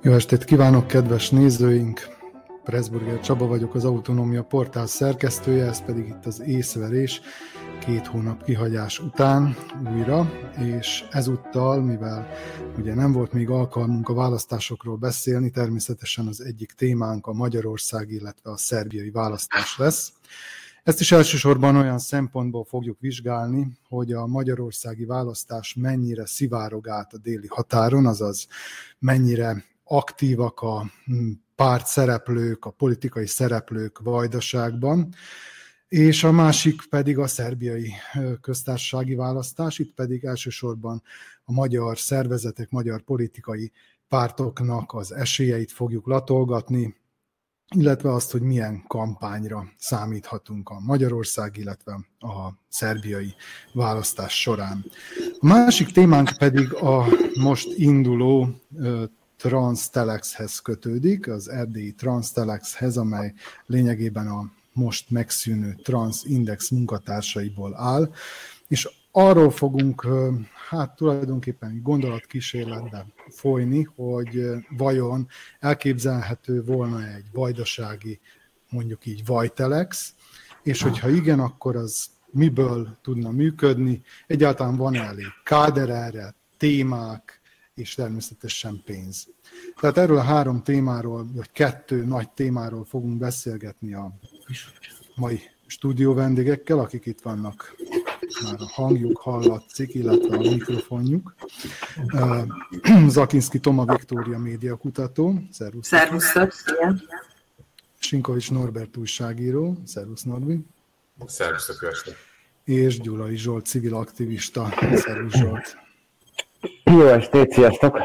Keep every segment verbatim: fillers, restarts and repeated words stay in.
Jó estét kívánok, kedves nézőink! Pressburger Csaba vagyok, az Autonómia Portál szerkesztője, ez pedig itt az észverés két hónap kihagyás után újra, és ezúttal, mivel ugye nem volt még alkalmunk a választásokról beszélni, természetesen az egyik témánk a magyarországi, illetve a szerbiai választás lesz. Ezt is elsősorban olyan szempontból fogjuk vizsgálni, hogy a magyarországi választás mennyire szivárog át a déli határon, azaz mennyire aktívak a párt szereplők, a politikai szereplők Vajdaságban, és a másik pedig a szerbiai köztársasági választás, itt pedig elsősorban a magyar szervezetek, magyar politikai pártoknak az esélyeit fogjuk latolgatni, illetve azt, hogy milyen kampányra számíthatunk a Magyarország, illetve a szerbiai választás során. A másik témánk pedig a most induló Transtelexhez kötődik, az erdélyi Transtelexhez, amely lényegében a most megszűnő Transindex munkatársaiból áll, és arról fogunk hát tulajdonképpen gondolatkísérletben folyni, hogy vajon elképzelhető volna egy vajdasági, mondjuk így Vajtelex, és hogyha igen, akkor az miből tudna működni, egyáltalán van elég káder erre, témák, és természetesen pénz. Tehát erről a három témáról, vagy kettő nagy témáról fogunk beszélgetni a mai stúdió vendégekkel, akik itt vannak, már a hangjuk hallatszik, illetve a mikrofonjuk. Zakinszki Toma Viktória médiakutató, szervusz. Szervusztok, szia. Sinkovics Norbert újságíró, szervusz Norbi. Szervusztok, köszönöm. És Gyulai Zsolt civil aktivista, szervusz Zsolt. Jó estét, sziasztok!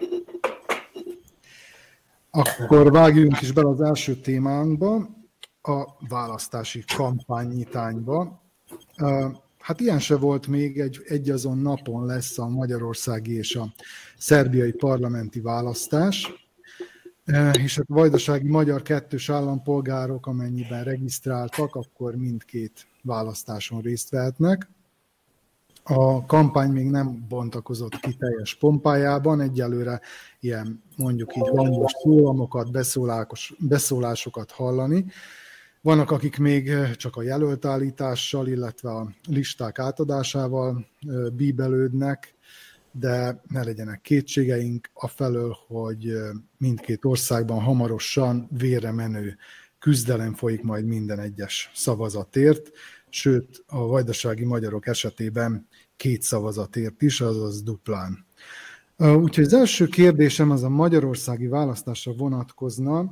Akkor vágjunk is bele az első témánkba, a választási kampánynyitányba. Hát ilyen se volt még, egy, egy azon napon lesz a magyarországi és a szerbiai parlamenti választás, és a vajdasági magyar kettős állampolgárok, amennyiben regisztráltak, akkor mindkét választáson részt vehetnek. A kampány még nem bontakozott ki teljes pompájában, egyelőre ilyen mondjuk így hangos szólamokat, beszólásokat hallani. Vannak, akik még csak a jelöltállítással, illetve a listák átadásával bíbelődnek, de ne legyenek kétségeink afelől, hogy mindkét országban hamarosan vérre menő küzdelem folyik majd minden egyes szavazatért, sőt a vajdasági magyarok esetében két szavazatért is, azaz duplán. Úgyhogy az első kérdésem az a magyarországi választásra vonatkozna.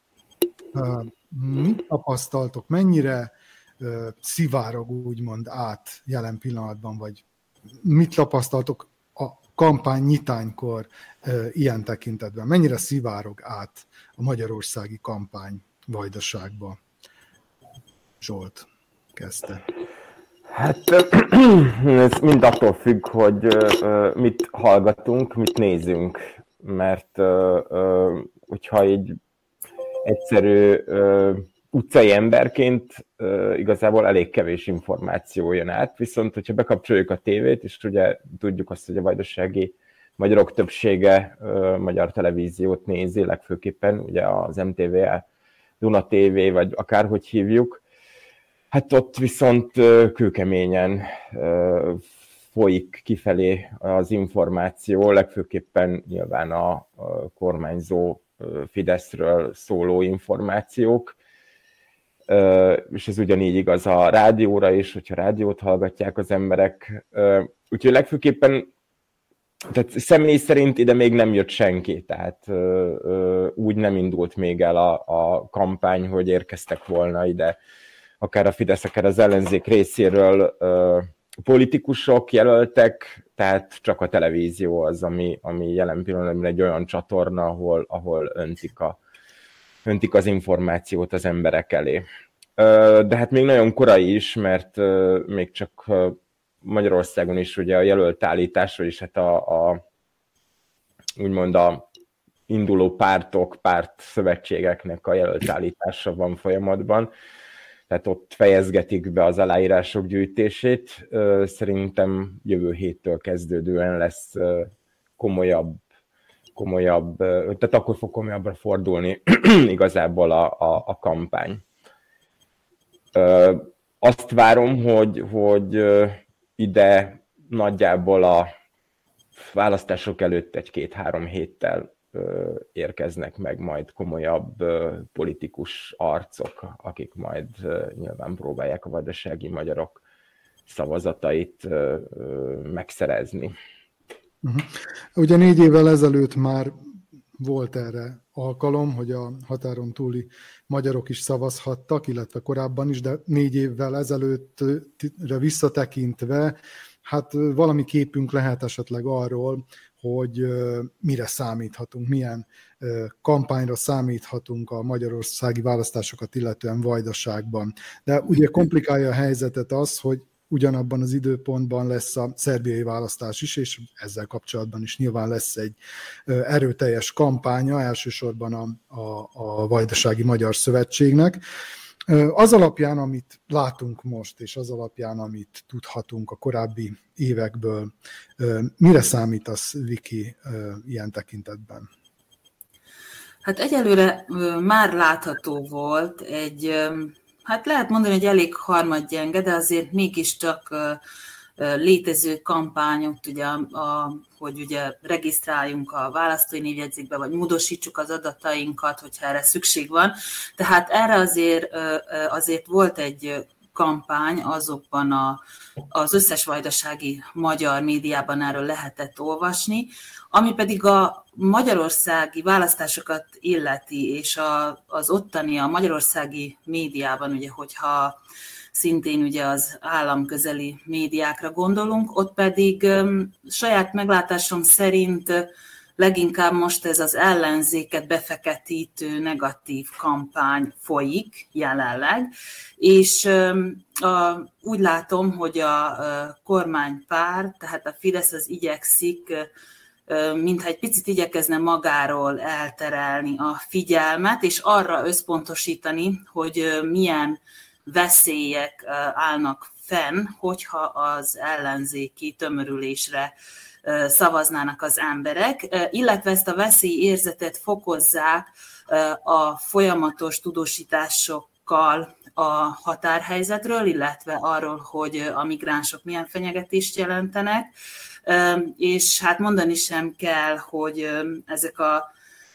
Mit tapasztaltok, mennyire szivárog úgymond át jelen pillanatban, vagy mit tapasztaltok a kampány nyitánykor ilyen tekintetben? Mennyire szivárog át a magyarországi kampány Vajdaságba? Zsolt kezdte. Hát ez mind attól függ, hogy mit hallgatunk, mit nézünk, mert hogyha így egyszerű utcai emberként igazából elég kevés információ jön át, viszont hogyha bekapcsoljuk a tévét, és ugye tudjuk azt, hogy a vajdasági magyarok többsége magyar televíziót nézi, legfőképpen ugye az em té vé, Duna té vé, vagy akárhogy hívjuk, hát ott viszont kőkeményen folyik kifelé az információ, legfőképpen nyilván a kormányzó Fideszről szóló információk, és ez ugyanígy igaz a rádióra is, hogyha rádiót hallgatják az emberek. Úgyhogy legfőképpen, tehát személy szerint ide még nem jött senki, tehát úgy nem indult még el a, a kampány, hogy érkeztek volna ide akár a Fidesz, akár az ellenzék részéről politikusok, jelöltek, tehát csak a televízió az, ami, ami jelen pillanatban egy olyan csatorna, ahol, ahol öntik, a, öntik az információt az emberek elé. De hát még nagyon korai is, mert még csak Magyarországon is ugye a jelöltállításról is, hát a, a úgymond a induló pártok, párt szövetségeknek a jelöltállítása van folyamatban. Tehát ott fejezgetik be az aláírások gyűjtését. Szerintem jövő héttől kezdődően lesz komolyabb komolyabb, tehát akkor fog komolyabbra fordulni igazából a, a, a kampány. Azt várom, hogy, hogy ide nagyjából a választások előtt egy-két-három héttel érkeznek meg majd komolyabb politikus arcok, akik majd nyilván próbálják a vajdasági magyarok szavazatait megszerezni. Uh-huh. Ugye négy évvel ezelőtt már volt erre alkalom, hogy a határon túli magyarok is szavazhattak, illetve korábban is, de négy évvel ezelőttre visszatekintve, hát valami képünk lehet esetleg arról, hogy mire számíthatunk, milyen kampányra számíthatunk a magyarországi választásokat illetően Vajdaságban. De ugye komplikálja a helyzetet az, hogy ugyanabban az időpontban lesz a szerbiai választás is, és ezzel kapcsolatban is nyilván lesz egy erőteljes kampánya, elsősorban a, a, a Vajdasági Magyar Szövetségnek. Az alapján, amit látunk most, és az alapján, amit tudhatunk a korábbi évekből, mire számítasz, Viki, ilyen tekintetben? Hát egyelőre már látható volt egy, hát lehet mondani, hogy elég harmadgyenge, de azért mégiscsak létező kampányot, ugye, a, hogy ugye regisztráljunk a választói névjegyzékbe, vagy módosítsuk az adatainkat, hogyha erre szükség van. Tehát erre azért, azért volt egy kampány, azokban a, az összes vajdasági magyar médiában erről lehetett olvasni, ami pedig a magyarországi választásokat illeti, és a, az ottani a magyarországi médiában, ugye, hogyha szintén ugye az államközeli médiákra gondolunk, ott pedig um, saját meglátásom szerint uh, leginkább most ez az ellenzéket befeketítő negatív kampány folyik jelenleg, és um, a, úgy látom, hogy a, a kormánypárt, tehát a Fidesz az igyekszik, uh, mintha egy picit igyekezne magáról elterelni a figyelmet, és arra összpontosítani, hogy uh, milyen veszélyek állnak fenn, hogyha az ellenzéki tömörülésre szavaznának az emberek, illetve ezt a veszélyérzetet fokozzák a folyamatos tudósításokkal a határhelyzetről, illetve arról, hogy a migránsok milyen fenyegetést jelentenek, és hát mondani sem kell, hogy ezek a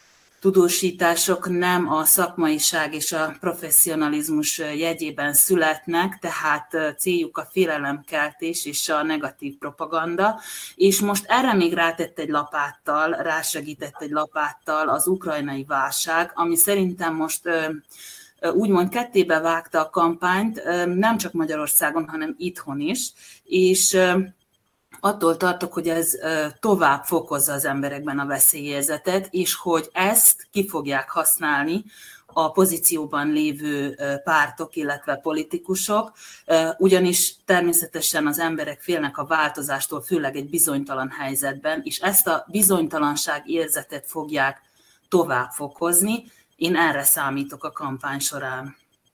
tudósítások nem a szakmaiság és a professzionalizmus jegyében születnek, tehát céljuk a félelemkeltés és a negatív propaganda, és most erre még rátett egy lapáttal, rásegített egy lapáttal az ukrajnai válság, ami szerintem most úgymond kettébe vágta a kampányt, nem csak Magyarországon, hanem itthon is, és attól tartok, hogy ez tovább fokozza az emberekben a veszélyérzetet, és hogy ezt ki fogják használni a pozícióban lévő pártok, illetve politikusok, ugyanis természetesen az emberek félnek a változástól, főleg egy bizonytalan helyzetben, és ezt a bizonytalanság érzetet fogják tovább fokozni. Én erre számítok a kampány során.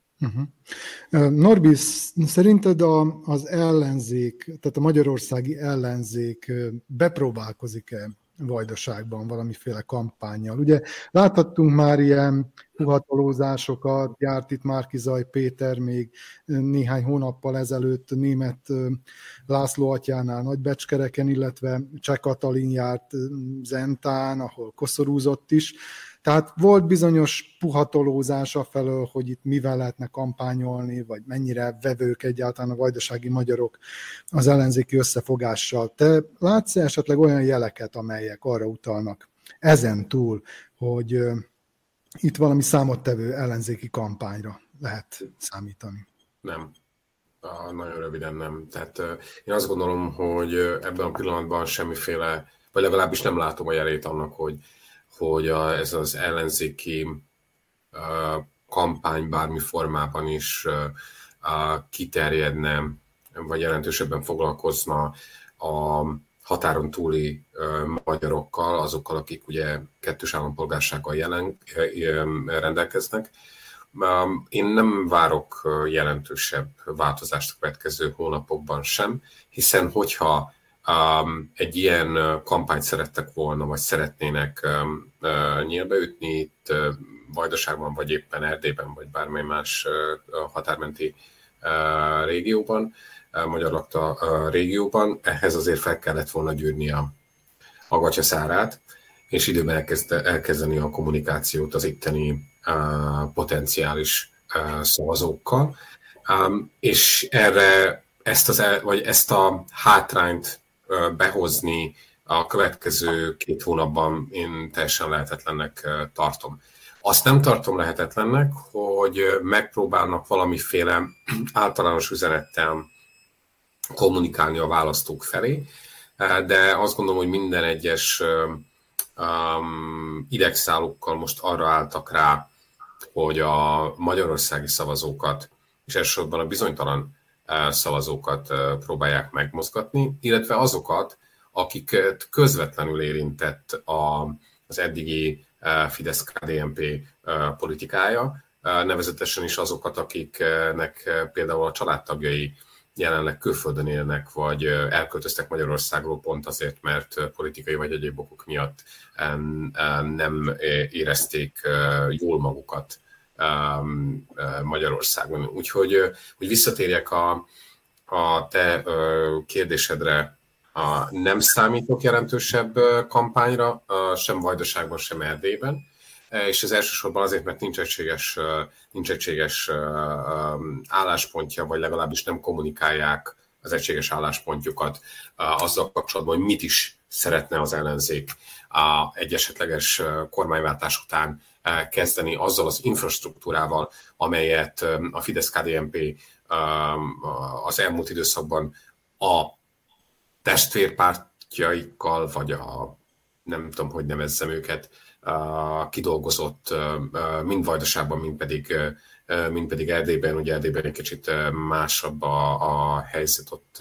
Uh-huh. Norbi, szerinted a, az ellenzék, tehát a magyarországi ellenzék bepróbálkozik-e Vajdaságban valamiféle kampánnyal? Ugye láthattunk már ilyen puhatolózásokat, járt itt Márki-Zay Péter még néhány hónappal ezelőtt Németh László atyánál Nagybecskereken, illetve Cseh Katalin járt Zentán, ahol koszorúzott is. Tehát volt bizonyos puhatolózása felől, hogy itt mivel lehetne kampányolni, vagy mennyire vevők egyáltalán a vajdasági magyarok az ellenzéki összefogással. Te látsz esetleg olyan jeleket, amelyek arra utalnak ezen túl, hogy itt valami számottevő ellenzéki kampányra lehet számítani? Nem. Ah, nagyon röviden nem. Tehát én azt gondolom, hogy ebben a pillanatban semmiféle, vagy legalábbis nem látom a jelét annak, hogy hogy a, ez az ellenzéki uh, kampány bármi formában is uh, uh, kiterjedne, vagy jelentősebben foglalkozna a határon túli uh, magyarokkal, azokkal, akik ugye kettős állampolgársággal jelen, uh, rendelkeznek. Um, én nem várok uh, jelentősebb változást a következő hónapokban sem, hiszen hogyha egy ilyen kampányt szerettek volna, vagy szeretnének nyílbeütni itt Vajdaságban, vagy éppen Erdélyben, vagy bármely más határmenti régióban, magyar lakta régióban, ehhez azért fel kellett volna gyűrni a, a gatyaszárát, és időben elkezd, elkezdeni a kommunikációt az itteni potenciális szavazókkal, és erre ezt, az, vagy ezt a hátrányt behozni a következő két hónapban én teljesen lehetetlennek tartom. Azt nem tartom lehetetlennek, hogy megpróbálnak valamiféle általános üzenettel kommunikálni a választók felé, de azt gondolom, hogy minden egyes um, idegszálukkal most arra álltak rá, hogy a magyarországi szavazókat, és elsősorban a bizonytalan szavazókat próbálják megmozgatni, illetve azokat, akiket közvetlenül érintett a, az eddigi Fidesz-ká dé en pé politikája, nevezetesen is azokat, akiknek például a családtagjai jelenleg külföldön élnek, vagy elköltöztek Magyarországról pont azért, mert politikai vagy egyéb okok miatt nem érezték jól magukat Magyarországon. Úgyhogy, hogy visszatérjek a, a te kérdésedre, a, nem számítok jelentősebb kampányra, sem Vajdaságban, sem Erdélyben, és ez elsősorban azért, mert nincs egységes, nincs egységes álláspontja, vagy legalábbis nem kommunikálják az egységes álláspontjukat azzal kapcsolatban, hogy mit is szeretne az ellenzék egy esetleges kormányváltás után kezdeni azzal az infrastruktúrával, amelyet a Fidesz-ká dé en pé az elmúlt időszakban a testvérpártjaikkal, vagy a nem tudom, hogy nevezzem őket, kidolgozott mind Vajdaságban, mind pedig, mind pedig Erdélyben. Ugye Erdélyben egy kicsit másabb a, a helyzet ott,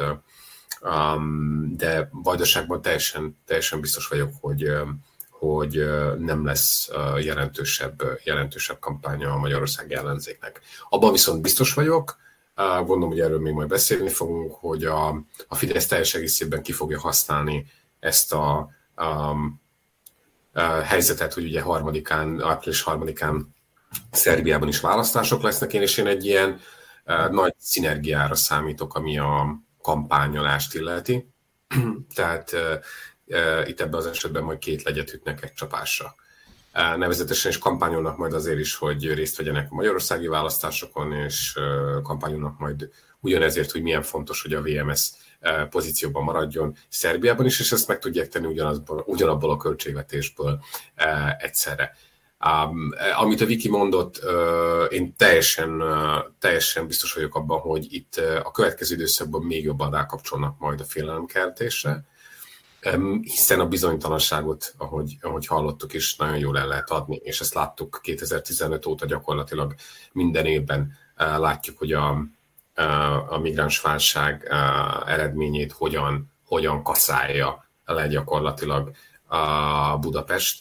de Vajdaságban teljesen, teljesen biztos vagyok, hogy, hogy nem lesz jelentősebb, jelentősebb kampánya a magyarországi ellenzéknek. Abban viszont biztos vagyok, gondolom, hogy erről még majd beszélni fogunk, hogy a, a Fidesz teljes egészében ki fogja használni ezt a, a helyzetet, hogy ugye harmadikán, április harmadikán Szerbiában is választások lesznek, én és én egy ilyen uh, nagy szinergiára számítok, ami a kampányolást illeti. Tehát uh, uh, itt ebben az esetben majd két legyet ütnek egy csapásra. Uh, nevezetesen is kampányolnak majd azért is, hogy részt vegyenek a magyarországi választásokon, és uh, kampányolnak majd ugyanezért, hogy milyen fontos, hogy a vé em es pozícióban maradjon Szerbiában is, és ezt meg tudják tenni ugyanazból, ugyanabból a költségvetésből e, egyszerre. Um, amit a Viki mondott, uh, én teljesen, uh, teljesen biztos vagyok abban, hogy itt uh, a következő időszakban még jobban rákapcsolnak majd a félelemkeltésre, um, hiszen a bizonytalanságot, ahogy, ahogy hallottuk is, nagyon jól el lehet adni, és ezt láttuk kétezer-tizenöt óta gyakorlatilag minden évben uh, látjuk, hogy a a migránsválság eredményét hogyan, hogyan kaszálja le gyakorlatilag a Budapest.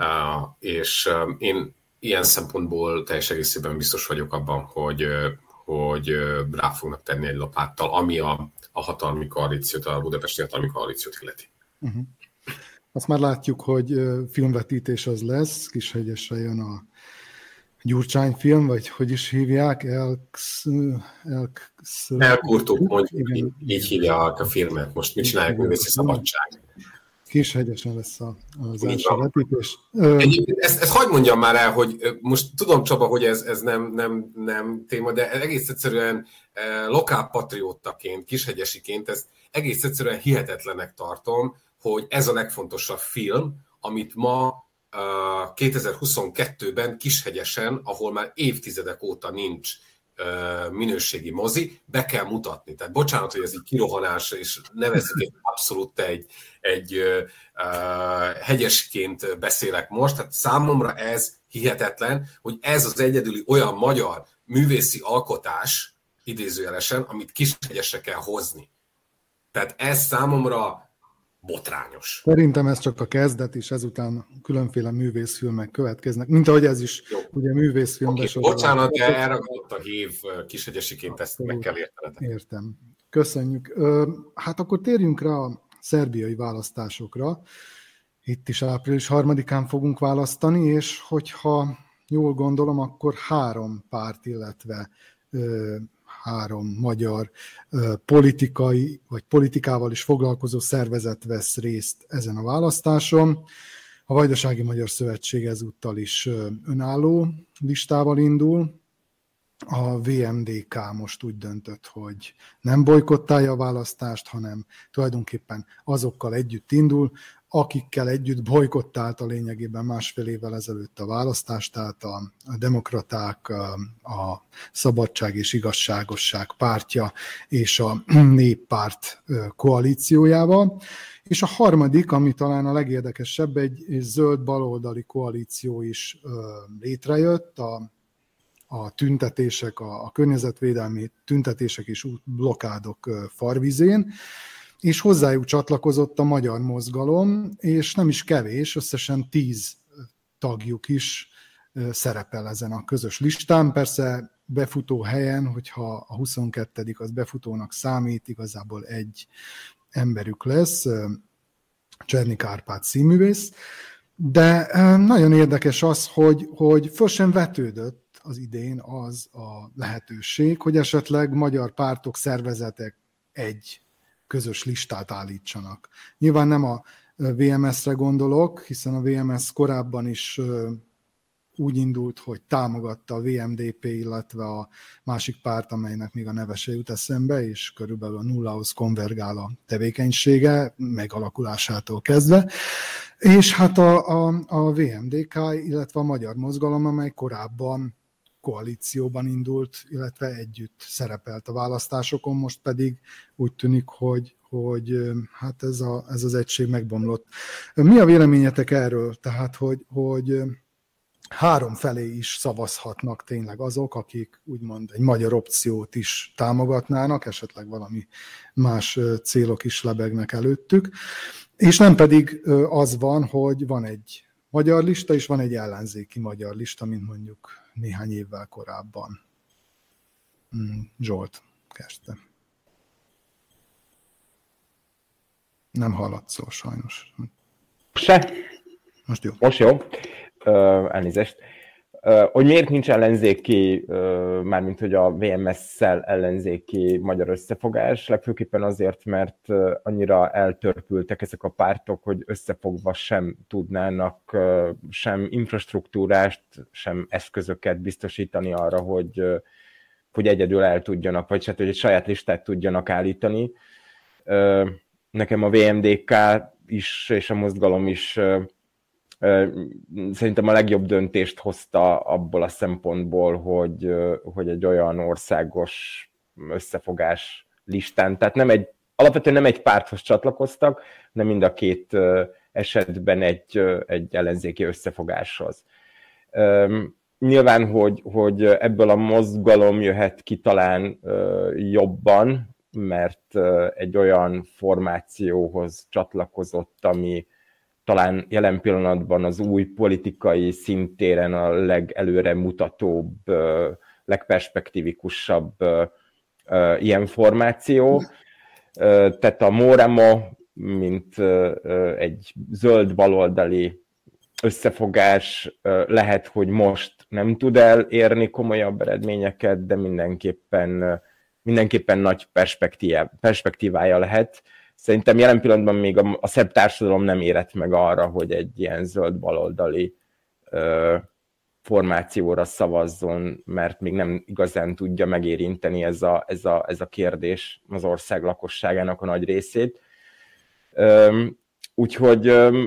És én ilyen szempontból teljes egészében biztos vagyok abban, hogy, hogy rá fognak tenni egy lapáttal, ami a, a hatalmi koalíciót, a budapesti hatalmi koalíciót illeti. Uh-huh. Azt már látjuk, hogy filmvetítés az lesz, Kishegyesre jön a Gyurcsány film, vagy hogy is hívják? Elksz... Elksz... Elkurtuk, mondjuk, így, így hívják a filmet. Most mit csinálják, művészi szabadság? Kishegyesen lesz az első vetítés. Ezt, ezt hagyd mondjam már el, hogy most tudom, Csaba, hogy ez, ez nem, nem, nem téma, de egész egyszerűen lokálpatriótaként, kishegyesiként ezt egész egyszerűen hihetetlenek tartom, hogy ez a legfontosabb film, amit ma kétezer-huszonkettőben Kishegyesen, ahol már évtizedek óta nincs minőségi mozi, be kell mutatni. Tehát bocsánat, hogy ez így kirohanás, és nevezzük egy abszolút egy, egy uh, hegyesként beszélek most. Tehát számomra ez hihetetlen, hogy ez az egyedüli olyan magyar művészi alkotás, idézőjelesen, amit Kishegyesre kell hozni. Tehát ez számomra botrányos. Szerintem ez csak a kezdet, és ezután különféle művészfilmek következnek, mint ahogy ez is jó. Ugye művészfilmben okay, bocsánat, de elragadott a hív kishegyesiként, ezt meg kell értened. Értem. Köszönjük. Hát akkor térjünk rá a szerbiai választásokra. Itt is április harmadikán fogunk választani, és hogyha jól gondolom, akkor három párt, illetve ö, három magyar ö, politikai, vagy politikával is foglalkozó szervezet vesz részt ezen a választáson. A Vajdasági Magyar Szövetség ezúttal is ö, önálló listával indul. A vé em dé ká most úgy döntött, hogy nem bojkottálja a választást, hanem tulajdonképpen azokkal együtt indul, akikkel együtt bojkottálta lényegében másfél évvel ezelőtt a választást, tehát a, a demokraták, a, a Szabadság és Igazságosság pártja és a Néppárt koalíciójával. És a harmadik, ami talán a legérdekesebb, egy, egy zöld baloldali koalíció is létrejött, a a tüntetések, a, a környezetvédelmi tüntetések és blokádok farvizén, és hozzájuk csatlakozott a Magyar Mozgalom, és nem is kevés, összesen tíz tagjuk is szerepel ezen a közös listán. Persze befutó helyen, hogyha a huszonkettedik az befutónak számít, igazából egy emberük lesz, Csernik Árpád színművész, de nagyon érdekes az, hogy, hogy föl sem vetődött az idén az a lehetőség, hogy esetleg magyar pártok, szervezetek egy közös listát állítsanak. Nyilván nem a vé em es-re gondolok, hiszen a vé em es korábban is úgy indult, hogy támogatta a vé em dé pé, illetve a másik párt, amelynek még a neve se jut eszembe, és körülbelül a nullához konvergál a tevékenysége, megalakulásától kezdve. És hát a, a, a vé em dé ká, illetve a Magyar Mozgalom, amely korábban koalícióban indult, illetve együtt szerepelt a választásokon, most pedig úgy tűnik, hogy, hogy hát ez, a, ez az egység megbomlott. Mi a véleményetek erről? Tehát, hogy, hogy három felé is szavazhatnak tényleg azok, akik úgymond egy magyar opciót is támogatnának, esetleg valami más célok is lebegnek előttük, és nem pedig az van, hogy van egy magyar lista, és van egy ellenzéki magyar lista, mint mondjuk néhány évvel korábban. Zsolt, kezdte. Nem hallatszol sajnos. Se. Most jó. Most jó. Uh, elnézést. Uh, hogy miért nincs ellenzéki, uh, mármint hogy a vé em es-szel ellenzéki magyar összefogás, legfőképpen azért, mert uh, annyira eltörpültek ezek a pártok, hogy összefogva sem tudnának uh, sem infrastruktúrást, sem eszközöket biztosítani arra, hogy, uh, hogy egyedül el tudjanak, vagy hát, hogy egy saját listát tudjanak állítani. Uh, nekem a vé em dé ká is, és a mozgalom is uh, szerintem a legjobb döntést hozta abból a szempontból, hogy, hogy egy olyan országos összefogás listán, tehát nem egy, alapvetően nem egy párthoz csatlakoztak, hanem mind a két esetben egy, egy ellenzéki összefogáshoz. Nyilván, hogy, hogy ebből a mozgalom jöhet ki talán jobban, mert egy olyan formációhoz csatlakozott, ami talán jelen pillanatban az új politikai szintéren a legelőre mutatóbb, legperspektívikusabb ilyen formáció. Tehát a Móramo, mint egy zöld baloldali összefogás, lehet, hogy most nem tud elérni komolyabb eredményeket, de mindenképpen, mindenképpen nagy perspektívája lehet. Szerintem jelen pillanatban még a, a szebb társadalom nem érett meg arra, hogy egy ilyen zöld baloldali ö, formációra szavazzon, mert még nem igazán tudja megérinteni ez a, ez a, ez a kérdés az ország lakosságának a nagy részét. Ö, úgyhogy ö,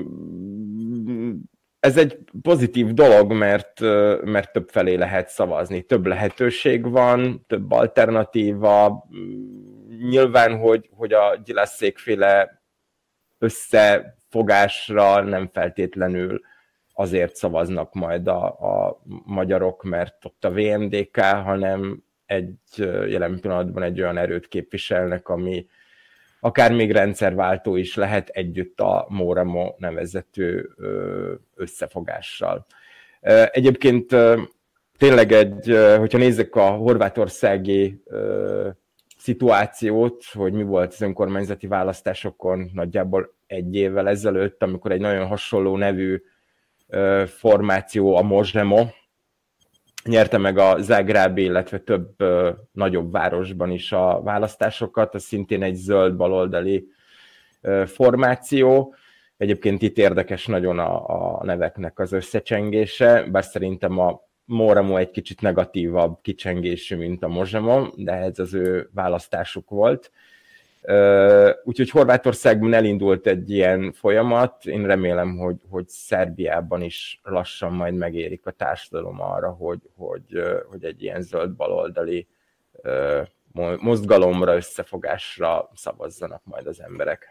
ez egy pozitív dolog, mert, mert több felé lehet szavazni. Több lehetőség van, több alternatíva. Nyilván, hogy, hogy a Gyilásszékféle összefogásra nem feltétlenül azért szavaznak majd a, a magyarok, mert ott a vé em dé ká, hanem egy jelen pillanatban egy olyan erőt képviselnek, ami akár még rendszerváltó is lehet együtt a Móramo nevezető összefogással. Egyébként tényleg egy, hogyha nézzük a horvátországi szituációt, hogy mi volt az önkormányzati választásokon nagyjából egy évvel ezelőtt, amikor egy nagyon hasonló nevű formáció, a Možemo, nyerte meg a Zágrábi, illetve több nagyobb városban is a választásokat, az szintén egy zöld baloldali formáció. Egyébként itt érdekes nagyon a, a neveknek az összecsengése, bár szerintem a Móramo egy kicsit negatívabb kicsengésű, mint a Možemo, de ez az ő választásuk volt. Úgyhogy Horvátországban elindult egy ilyen folyamat, én remélem, hogy, hogy Szerbiában is lassan majd megérik a társadalom arra, hogy, hogy, hogy egy ilyen zöld baloldali mozgalomra, összefogásra szavazzanak majd az emberek.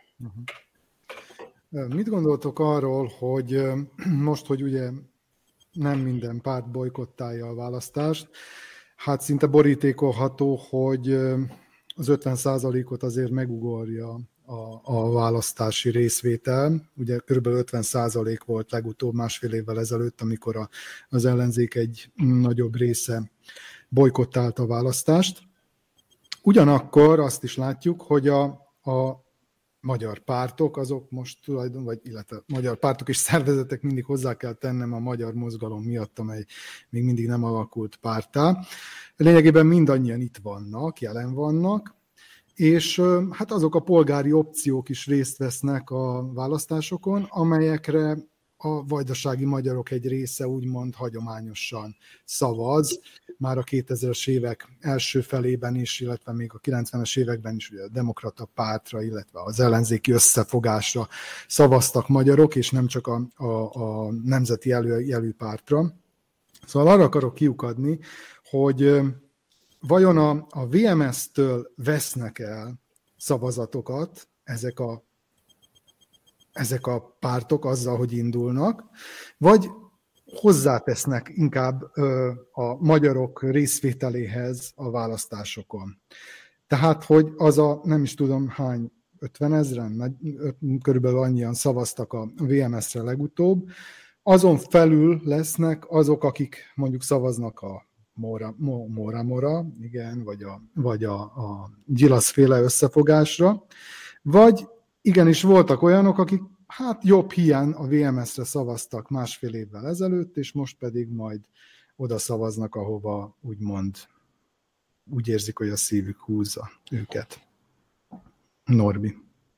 Mit gondoltok arról, hogy most, hogy ugye nem minden párt bojkottálja a választást, hát szinte borítékolható, hogy az ötven százalékot azért megugorja a, a választási részvétel. Ugye kb. ötven százalék volt legutóbb másfél évvel ezelőtt, amikor a, az ellenzék egy nagyobb része bojkottálta a választást. Ugyanakkor azt is látjuk, hogy a, a magyar pártok, azok most tulajdon, vagy illetve magyar pártok és szervezetek, mindig hozzá kell tennem a magyar mozgalom miatt, amely még mindig nem alakult párttá. Lényegében mindannyian itt vannak, jelen vannak, és hát azok a polgári opciók is részt vesznek a választásokon, amelyekre a vajdasági magyarok egy része úgymond hagyományosan szavaz. Már a kétezres évek első felében is, illetve még a kilencvenes években is ugye a demokrata pártra, illetve az ellenzéki összefogásra szavaztak magyarok, és nem csak a, a, a nemzeti jelű, jelű pártra. Szóval arra akarok kiukadni, hogy vajon a, a vé em es től vesznek el szavazatokat ezek a ezek a pártok azzal, hogy indulnak, vagy hozzátesznek inkább a magyarok részvételéhez a választásokon. Tehát, hogy az a nem is tudom hány, ötven ezren, körülbelül annyian szavaztak a vé em es-re legutóbb, azon felül lesznek azok, akik mondjuk szavaznak a Mora, Mora, Mora igen, vagy a, vagy a, a Gyilasz-féle összefogásra, vagy igenis voltak olyanok, akik hát jobb hiány a vé em es-re szavaztak másfél évvel ezelőtt, és most pedig majd oda szavaznak, ahova úgymond úgy érzik, hogy a szívük húzza őket. Norbi.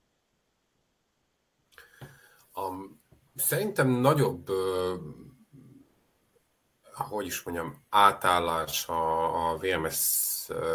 Um, szerintem nagyobb, uh, hogy is mondjam, átállás a, a vé em es uh,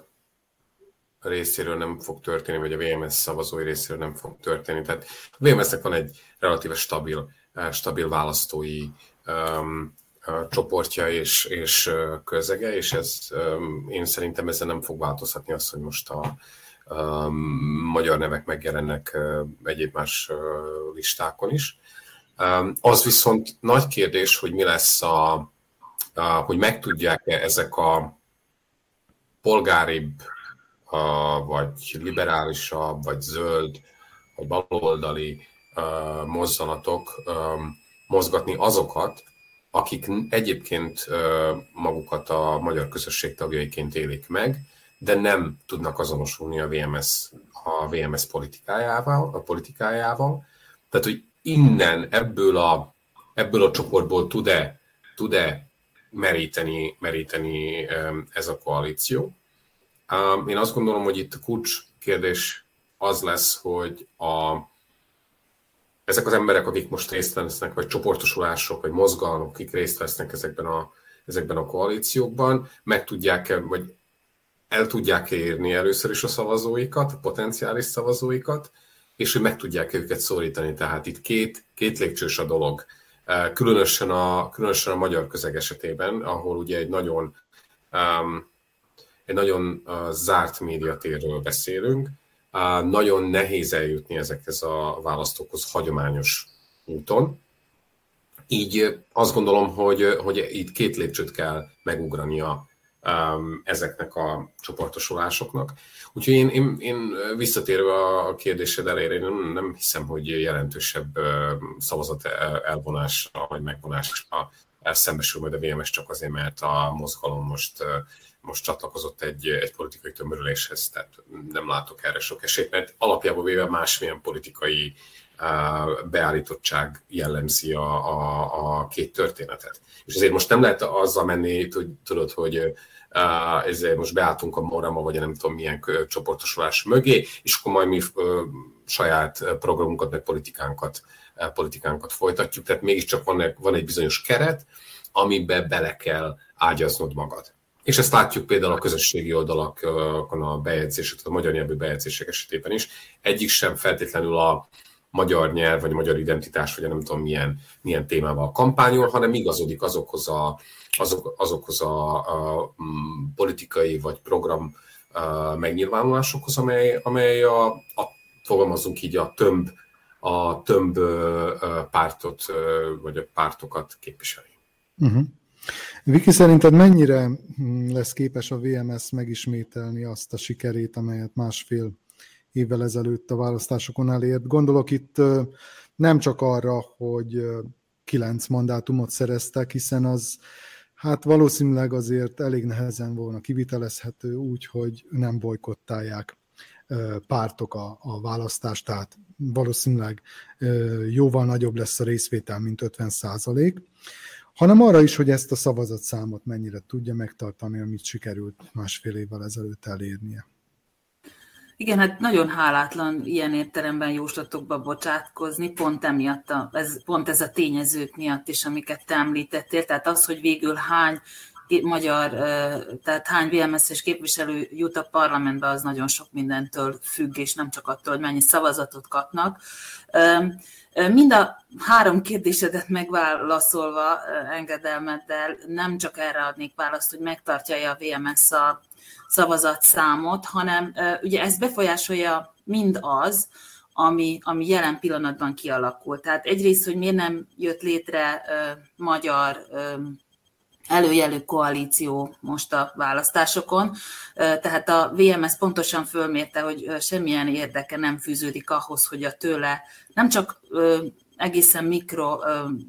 részéről nem fog történni, vagy a vé em es szavazói részéről nem fog történni. Tehát a vé em es-nek van egy relatíve stabil, stabil választói um, csoportja és, és közege, és ez, um, én szerintem ezzel nem fog változhatni az, hogy most a um, magyar nevek megjelennek uh, egyéb más uh, listákon is. Um, az viszont nagy kérdés, hogy mi lesz a, a hogy meg tudják-e ezek a polgáribb, A, vagy liberálisabb, vagy zöld, vagy baloldali uh, mozzanatok um, mozgatni azokat, akik egyébként uh, magukat a magyar közösség tagjaiként élik meg, de nem tudnak azonosulni a vé em es, a vé em es politikájával, a politikájával. Tehát, hogy innen, ebből a, ebből a csoportból tud-e, tud-e meríteni, meríteni um, ez a koalíció. Én azt gondolom, hogy itt a kulcs kérdés az lesz, hogy a, ezek az emberek, akik most részt vesznek, vagy csoportosulások, vagy mozgalmak, akik részt vesznek ezekben a, ezekben a koalíciókban, meg tudják-e, vagy el tudják érni először is a szavazóikat, a potenciális szavazóikat, és hogy meg tudják őket szólítani. Tehát itt két, két lépcsős a dolog. Különösen a, különösen a magyar közeg esetében, ahol ugye egy nagyon... Um, egy nagyon uh, zárt médiatérről beszélünk. Uh, nagyon nehéz eljutni ezekhez a választókhoz hagyományos úton. Így uh, azt gondolom, hogy, uh, hogy itt két lépcsőt kell megugrania um, ezeknek a csoportosulásoknak. Úgyhogy én, én, én visszatérve a kérdésed elejére, én nem, nem hiszem, hogy jelentősebb uh, szavazat elvonásra vagy megvonásra szembesül majd a vé em es csak azért, mert a mozgalom most, most csatlakozott egy, egy politikai tömörüléshez, tehát nem látok erre sok esélyt, mert alapjában véve másmilyen politikai beállítottság jellemzi a, a, a két történetet. És ezért most nem lehet azzal menni, tudod, hogy ezért most beálltunk a Morama, vagy nem tudom milyen csoportosulás mögé, és akkor majd mi saját programunkat, meg politikánkat, politikánkat folytatjuk. Tehát mégiscsak van, van egy bizonyos keret, amiben bele kell ágyaznod magad. És ezt látjuk például a közösségi oldalakon a bejegyzések, a magyar nyelvű bejegyzések esetében is. Egyik sem feltétlenül a magyar nyelv, vagy a magyar identitás, vagy nem tudom milyen, milyen témával kampányol, hanem igazodik azokhoz a, azok, azokhoz a, a politikai vagy program a megnyilvánulásokhoz, amely, amely a, a, fogalmazunk így, a tömb, a tömb pártot, vagy a pártokat képviseli. Uh-huh. Viki, szerinted mennyire lesz képes a vé em es megismételni azt a sikerét, amelyet másfél évvel ezelőtt a választásokon elért? Gondolok itt nem csak arra, hogy kilenc mandátumot szereztek, hiszen az hát valószínűleg azért elég nehezen volna kivitelezhető úgy, hogy nem bojkottálják pártok a, a választást, tehát valószínűleg jóval nagyobb lesz a részvétel, mint ötven százalék, hanem arra is, hogy ezt a szavazatszámot mennyire tudja megtartani, amit sikerült másfél évvel ezelőtt elérnie. Igen, hát nagyon hálátlan ilyen értelemben jóslatokba bocsátkozni, pont emiatt, a, ez, pont ez a tényezők miatt is, amiket te említettél, tehát az, hogy végül hány magyar, tehát hány vé em es-es képviselő jut a parlamentbe, az nagyon sok mindentől függ, és nem csak attól, hogy mennyi szavazatot kapnak. Mind a három kérdésedet megválaszolva engedelmeddel nem csak erre adnék választ, hogy megtartja a vé em es a szavazatszámot, hanem ugye ez befolyásolja mind az, ami, ami jelen pillanatban kialakult. Tehát egyrészt, hogy miért nem jött létre magyar előjelű koalíció most a választásokon. Tehát a vé em es pontosan fölmérte, hogy semmilyen érdeke nem fűződik ahhoz, hogy a tőle nem csak egészen mikro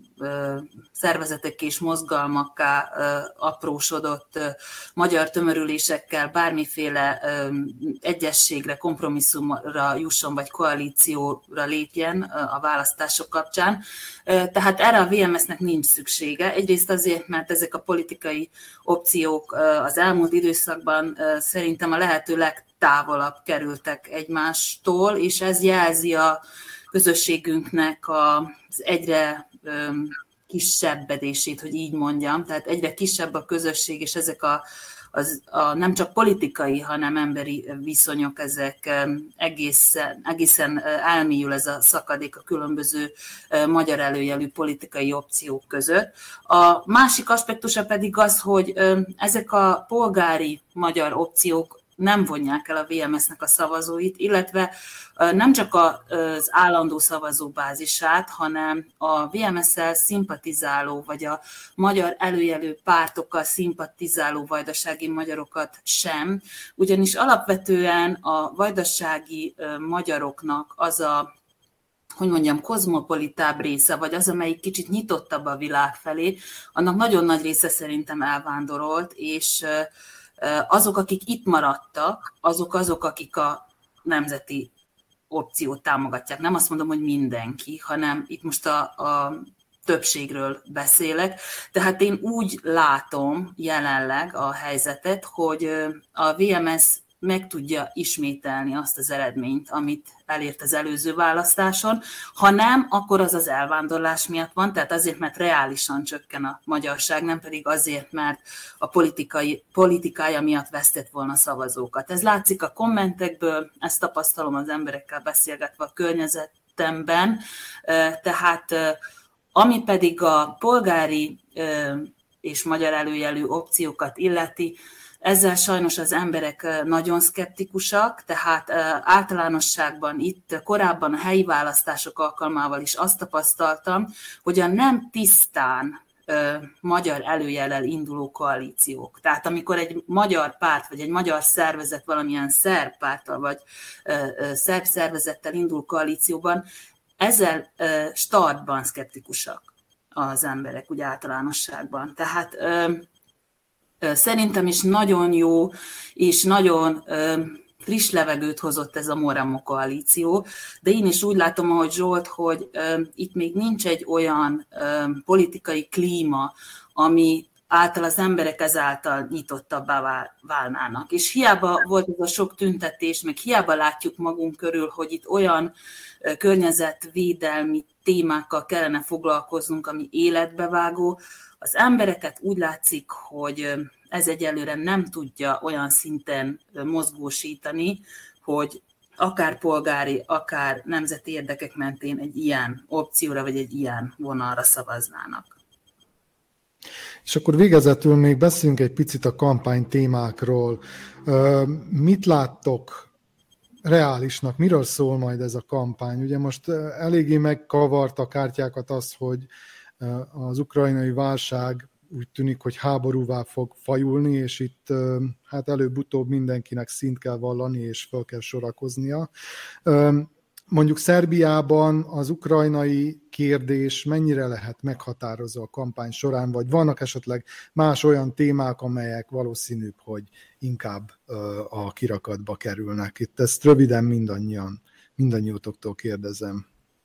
szervezetek és mozgalmakká aprósodott magyar tömörülésekkel bármiféle egyességre, kompromisszumra jusson, vagy koalícióra lépjen a választások kapcsán. Tehát erre a vé em es-nek nincs szüksége. Egyrészt azért, mert ezek a politikai opciók az elmúlt időszakban szerintem a lehető legtávolabb kerültek egymástól, és ez jelzi a közösségünknek az egyre kisebbedését, hogy így mondjam, tehát egyre kisebb a közösség, és ezek a, az, a nem csak politikai, hanem emberi viszonyok, ezek egészen, egészen elmélyül ez a szakadék a különböző magyar előjelű politikai opciók között. A másik aspektusa pedig az, hogy ezek a polgári magyar opciók nem vonják el a vé em es-nek a szavazóit, illetve nem csak az állandó szavazóbázisát, hanem a vé em es-szel szimpatizáló, vagy a magyar előjelű pártokkal szimpatizáló vajdasági magyarokat sem, ugyanis alapvetően a vajdasági magyaroknak az a, hogy mondjam, kozmopolitább része, vagy az, amelyik kicsit nyitottabb a világ felé, annak nagyon nagy része szerintem elvándorolt, és azok, akik itt maradtak, azok azok, akik a nemzeti opciót támogatják. Nem azt mondom, hogy mindenki, hanem itt most a, a többségről beszélek. Tehát én úgy látom jelenleg a helyzetet, hogy a vé em es meg tudja ismételni azt az eredményt, amit elért az előző választáson. Ha nem, akkor az az elvándorlás miatt van, tehát azért, mert reálisan csökken a magyarság, nem pedig azért, mert a politikai, politikája miatt vesztett volna szavazókat. Ez látszik a kommentekből, ezt tapasztalom az emberekkel beszélgetve a környezetemben, tehát ami pedig a polgári és magyar előjelű opciókat illeti, ezzel sajnos az emberek nagyon szkeptikusak, tehát általánosságban itt korábban a helyi választások alkalmával is azt tapasztaltam, hogy a nem tisztán magyar előjellel induló koalíciók. Tehát amikor egy magyar párt, vagy egy magyar szervezet valamilyen szerb párttal, vagy szerb szervezettel indul koalícióban, ezzel startban szkeptikusak. az emberek úgy általánosságban. Tehát ö, ö, szerintem is nagyon jó, és nagyon ö, friss levegőt hozott ez a Moramo koalíció, de én is úgy látom, ahogy Zsolt, hogy ö, itt még nincs egy olyan ö, politikai klíma, ami által az emberek ezáltal nyitottabbá válnának. És hiába volt ez a sok tüntetés, meg hiába látjuk magunk körül, hogy itt olyan környezetvédelmi témákkal kellene foglalkoznunk, ami életbevágó, az embereket úgy látszik, hogy ez egyelőre nem tudja olyan szinten mozgósítani, hogy akár polgári, akár nemzeti érdekek mentén egy ilyen opcióra, vagy egy ilyen vonalra szavaznának. És akkor végezetül még beszéljünk egy picit a kampány témákról. Mit láttok reálisnak, miről szól majd ez a kampány? Ugye most eléggé megkavarta a kártyákat az, hogy az ukrajnai válság úgy tűnik, hogy háborúvá fog fajulni, és itt hát előbb-utóbb mindenkinek szint kell vallani, és fel kell sorakoznia. Mondjuk Szerbiában az ukrajnai kérdés mennyire lehet meghatározó a kampány során, vagy vannak esetleg más olyan témák, amelyek valószínűbb, hogy inkább a kirakatba kerülnek. Itt ezt röviden mindannyian, mindannyiótoktól kérdezem.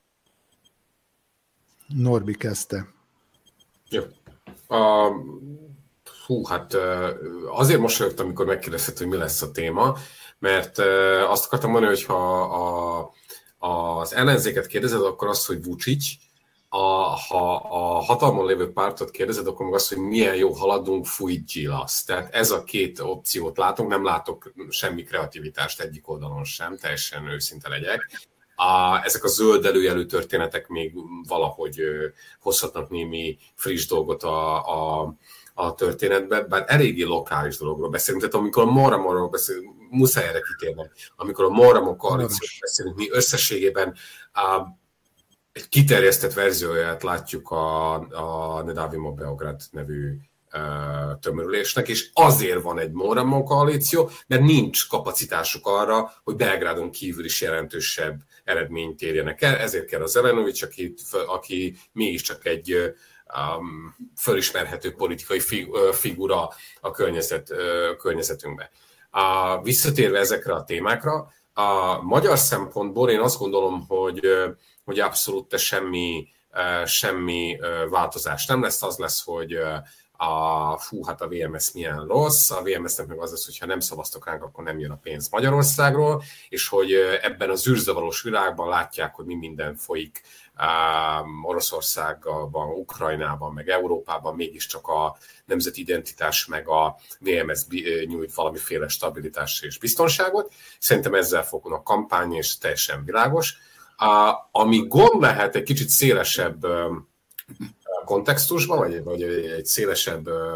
Norbi kezdte. Jó. A, hú, hát azért mosolyogtam, amikor megkérdezted, hogy mi lesz a téma, mert azt akartam mondani, hogy ha a az ellenzéket kérdezed, akkor azt, hogy Vučić, a, ha a hatalmon lévő pártot kérdezed, akkor meg azt, hogy milyen jó haladunk, Fuidgyilasz. Tehát ez a két opciót látunk, nem látok semmi kreativitást egyik oldalon sem, teljesen őszinte legyek. A, ezek a zöld előjelű történetek még valahogy hozhatnak némi friss dolgot a, a, a történetben, bár eléggé lokális dologról beszélünk. Tehát amikor a Moramóról beszélünk, muszáj erre kitérnem, amikor a Moramo koalícióról beszélünk, mi összességében a, egy kiterjesztett verzióját látjuk a, a Nedávimo Beograd nevű uh, tömörülésnek, és azért van egy Moramo koalíció, mert nincs kapacitásuk arra, hogy Belgrádon kívül is jelentősebb eredményt érjenek el, ezért kell az Zelenović, aki, aki mégiscsak egy um, fölismerhető politikai figura a környezet, uh, környezetünkben. A, visszatérve ezekre a témákra, a magyar szempontból én azt gondolom, hogy, hogy abszolút semmi, semmi változás nem lesz. Az lesz, hogy a, fú, hát a vé em es milyen rossz, a vé em esnek meg az lesz, hogyha nem szavaztok ránk, akkor nem jön a pénz Magyarországról, és hogy ebben az űrzavarós világban látják, hogy mi minden folyik um, Oroszországban, Ukrajnában, meg Európában, mégiscsak a nemzeti identitás, meg a vé em es nyújt valamiféle stabilitást és biztonságot. Szerintem ezzel fog a kampány, és teljesen világos. Uh, ami gond lehet egy kicsit szélesebb uh, kontextusban, vagy, vagy egy szélesebb uh,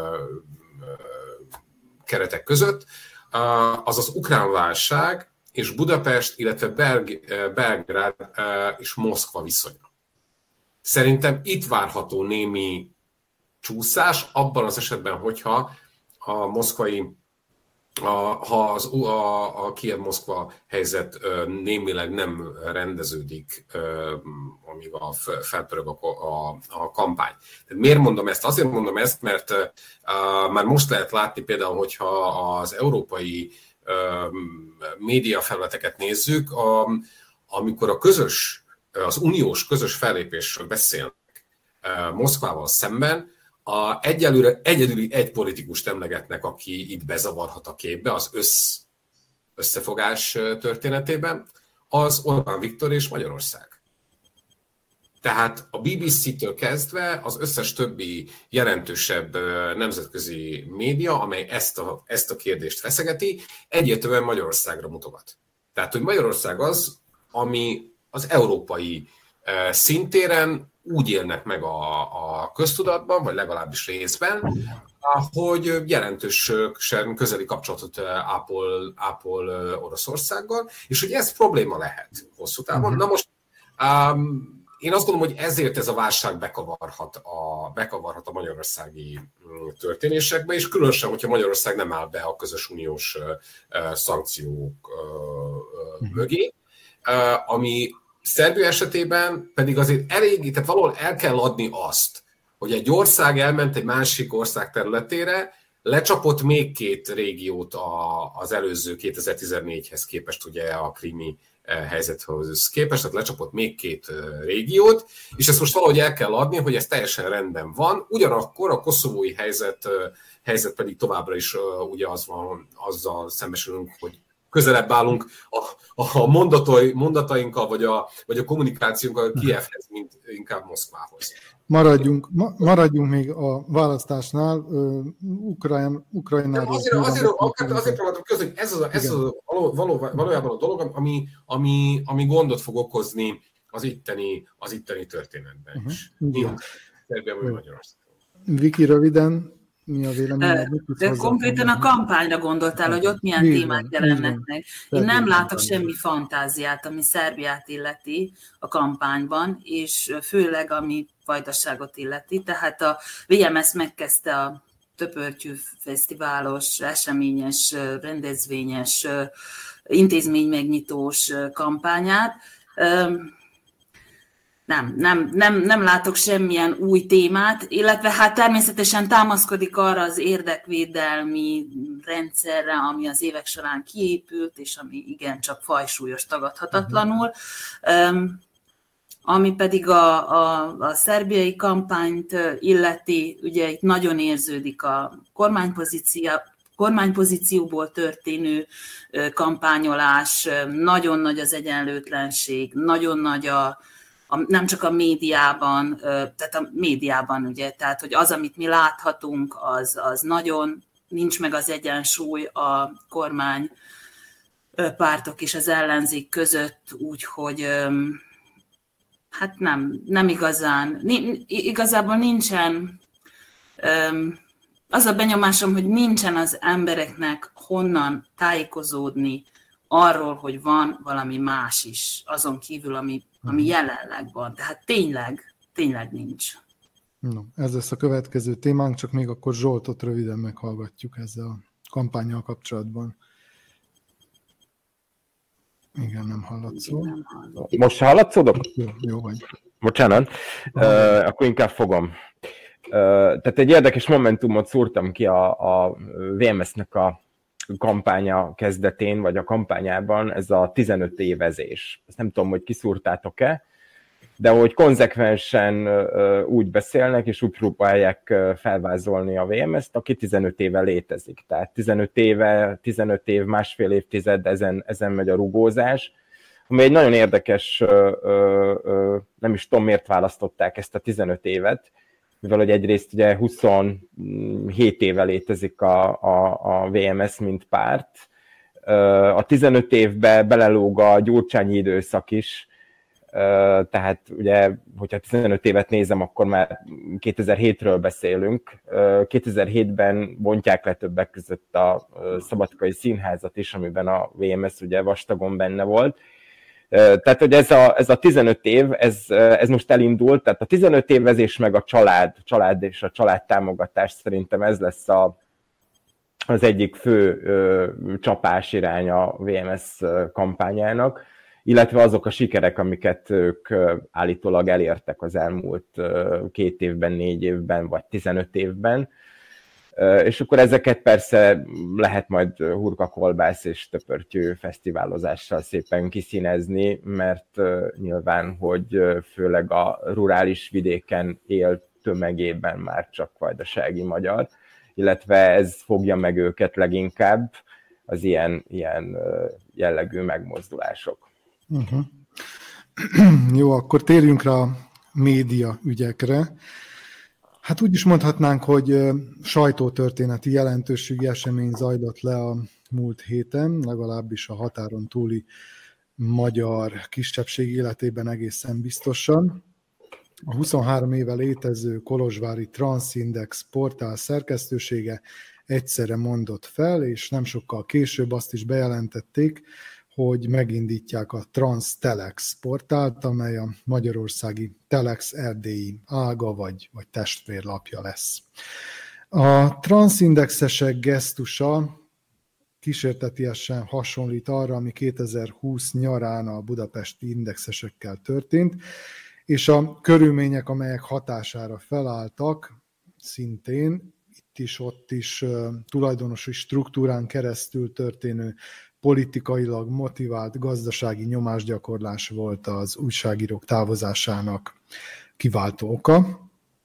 uh, keretek között, uh, az az ukrán válság és Budapest, illetve Belg, uh, Belgrád uh, és Moszkva viszonya. Szerintem itt várható némi csúszás, abban az esetben, hogyha a moszkvai, a, ha az, a, a Kijev-Moszkva helyzet uh, némileg nem rendeződik, uh, amíg a felpörög a, a, a kampány. Tehát miért mondom ezt? Azért mondom ezt, mert uh, már most lehet látni például, hogyha az európai uh, médiafelületeket nézzük, a, amikor a közös, az uniós közös fellépésről beszélnek uh, Moszkvával szemben, A egyelőre egyedüli egy politikust emlegetnek, aki itt bezavarhat a képbe az össz, összefogás történetében, az Orbán Viktor és Magyarország. Tehát a bé bé cé-től kezdve az összes többi jelentősebb nemzetközi média, amely ezt a, ezt a kérdést feszegeti, egyértelműen Magyarországra mutogat. Tehát, hogy Magyarország az, ami az európai szintéren úgy élnek meg a, a köztudatban, vagy legalábbis részben, hogy jelentősen közeli kapcsolatot ápol, ápol Oroszországgal, és hogy ez probléma lehet hosszú távon. Na most um, én azt gondolom, hogy ezért ez a válság bekavarhat a, bekavarhat a magyarországi történésekbe, és különösen, hogyha Magyarország nem áll be a közös uniós uh, szankciók uh, uh, mögé, uh, ami Szerbia esetében pedig azért elég, tehát valahol el kell adni azt, hogy egy ország elment egy másik ország területére, lecsapott még két régiót az előző kétezer-tizennégyhez képest, ugye a krími helyzethez képest, tehát lecsapott még két régiót, és ezt most valahogy el kell adni, hogy ez teljesen rendben van. Ugyanakkor a koszovói helyzet, helyzet pedig továbbra is ugye az van, azzal szembesülünk, hogy közelebb állunk a, a mondatai, mondatainkkal, vagy a, vagy a kommunikációnkkal Kijevhez, mint inkább Moszkvához. Maradjunk, ma, maradjunk még a választásnál. Uh, Ukrajn, Ukrajnáról... Azért, azért, azért, azért próbáltam közben, hogy ez, az, ez az való, való, valójában a dolog, ami, ami, ami gondot fog okozni az itteni, az itteni történetben is. Uh-huh. Szerbiában, vagy Magyarországon. Viki, röviden, mi a véleményed? De konkrétan a kampányra gondoltál, hogy ott milyen Így témák van, jelennek így meg. van. Én nem látok Kampány. semmi fantáziát, ami Szerbiát illeti a kampányban, és főleg ami Vajdaságot illeti. Tehát a vé em es megkezdte a Töpörtyű fesztiválos, eseményes, rendezvényes, intézménymegnyitós kampányát. Nem, nem, nem, nem látok semmilyen új témát, illetve hát természetesen támaszkodik arra az érdekvédelmi rendszerre, ami az évek során kiépült, és ami igencsak fajsúlyos, tagadhatatlanul. Um, ami pedig a, a, a szerbiai kampányt illeti, ugye itt nagyon érződik a kormánypozíció, kormánypozícióból történő kampányolás, nagyon nagy az egyenlőtlenség, nagyon nagy a A, nem csak a médiában, tehát a médiában, ugye, tehát hogy az, amit mi láthatunk, az, az nagyon nincs meg az egyensúly a kormány pártok és az ellenzék között, úgyhogy hát nem, nem igazán, igazából nincsen, az a benyomásom, hogy nincsen az embereknek honnan tájékozódni arról, hogy van valami más is, azon kívül, ami, ami jelenleg van. Tehát tényleg, tényleg nincs. No, ez lesz a következő témánk, csak még akkor Zsoltot röviden meghallgatjuk ezzel a kampánnyal kapcsolatban. Igen, nem hallatszol. Nem hallom. Most se hallatszódok? Jó, jó vagy. Bocsánat, uh, akkor inkább fogom. Uh, tehát egy érdekes momentumot szúrtam ki a, a vé em es-nek a kampánya kezdetén, vagy a kampányában, ez a tizenöt évezés. Ezt nem tudom, hogy kiszúrtátok-e, de hogy konzekvensen uh, úgy beszélnek, és úgy próbálják uh, felvázolni a vé em es-t, aki tizenöt éve létezik. Tehát tizenöt éve, tizenöt év, másfél évtized, ezen, ezen megy a rugózás, ami egy nagyon érdekes, uh, uh, nem is tudom, miért választották ezt a tizenöt évet, mivel hogy egyrészt ugye huszonhét éve létezik a, a, a vé em es, mint párt. A tizenöt évbe belelóg a gyurcsányi időszak is, tehát ugye, hogyha tizenöt évet nézem, akkor már kétezer-hétről beszélünk. kétezer-hétben bontják le többek között a Szabadkai Színházat is, amiben a vé em es ugye vastagon benne volt. Tehát, hogy ez a, ez a tizenöt év, ez, ez most elindult, tehát a tizenöt évezés meg a család, család és a családtámogatás szerintem ez lesz a, az egyik fő ö, csapás irány a vé em es kampányának, illetve azok a sikerek, amiket ők állítólag elértek az elmúlt két évben, négy évben, vagy tizenöt évben. És akkor ezeket persze lehet majd hurkakolbász és töpörtyű fesztiválozással szépen kiszínezni, mert nyilván, hogy főleg a rurális vidéken él tömegében már csak vajdasági magyar, illetve ez fogja meg őket leginkább, az ilyen, ilyen jellegű megmozdulások. Uh-huh. Jó, akkor térjünk rá a média ügyekre. Hát úgy is mondhatnánk, hogy sajtótörténeti jelentőségű esemény zajlott le a múlt héten, legalábbis a határon túli magyar kisebbség életében egészen biztosan. A huszonhárom éve létező kolozsvári Transindex portál szerkesztősége egyszerre mondott fel, és nem sokkal később azt is bejelentették, hogy megindítják a TransTelex portált, amely a magyarországi Telex erdélyi ága vagy, vagy testvérlapja lesz. A transzindexesek gesztusa kísértetiesen hasonlít arra, ami kétezer-húsz nyarán a budapesti indexesekkel történt, és a körülmények, amelyek hatására felálltak, szintén itt is, ott is tulajdonosi struktúrán keresztül történő politikailag motivált gazdasági nyomásgyakorlás volt az újságírók távozásának kiváltó oka.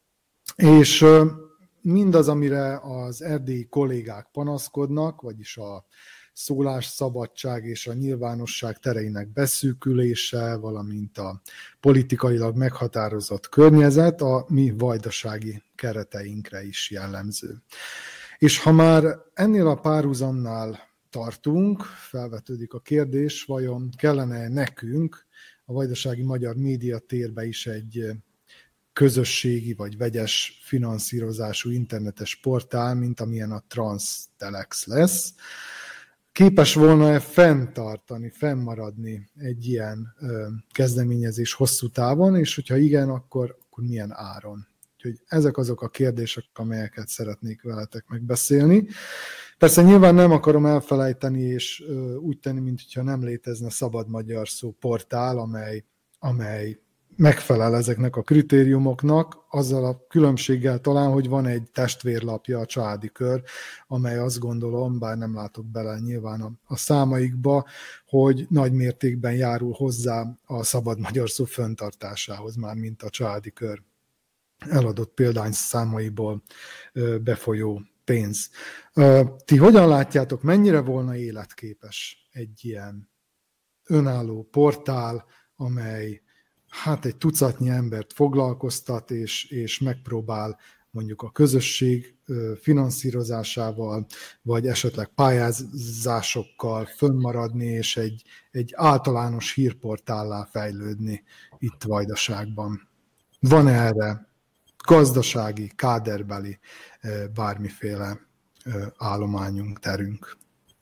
És mindaz, amire az erdélyi kollégák panaszkodnak, vagyis a szólásszabadság és a nyilvánosság tereinek beszűkülése, valamint a politikailag meghatározott környezet a mi vajdasági kereteinkre is jellemző. És ha már ennél a párhuzamnál tartunk, felvetődik a kérdés, vajon kellene nekünk a vajdasági magyar médiatérbe is egy közösségi vagy vegyes finanszírozású internetes portál, mint amilyen a TransTelex lesz. Képes volna-e fenntartani, fennmaradni egy ilyen ö, kezdeményezés hosszú távon, és hogyha igen, akkor, akkor milyen áron? Úgyhogy ezek azok a kérdések, amelyeket szeretnék veletek megbeszélni. Persze nyilván nem akarom elfelejteni és ö, úgy tenni, mintha nem létezne szabad magyar szó portál, amely, amely megfelel ezeknek a kritériumoknak, azzal a különbséggel talán, hogy van egy testvérlapja, a Családi Kör, amely azt gondolom, bár nem látok bele nyilván a, a számaikba, hogy nagy mértékben járul hozzá a szabad magyar szó fenntartásához, már mint a Családi Kör eladott példányszámaiból befolyó pénz. Ti hogyan látjátok, mennyire volna életképes egy ilyen önálló portál, amely hát egy tucatnyi embert foglalkoztat, és, és megpróbál mondjuk a közösség finanszírozásával, vagy esetleg pályázásokkal fönnmaradni, és egy, egy általános hírportállá fejlődni itt Vajdaságban. Van erre gazdasági, káderbeli, bármiféle állományunk, terünk?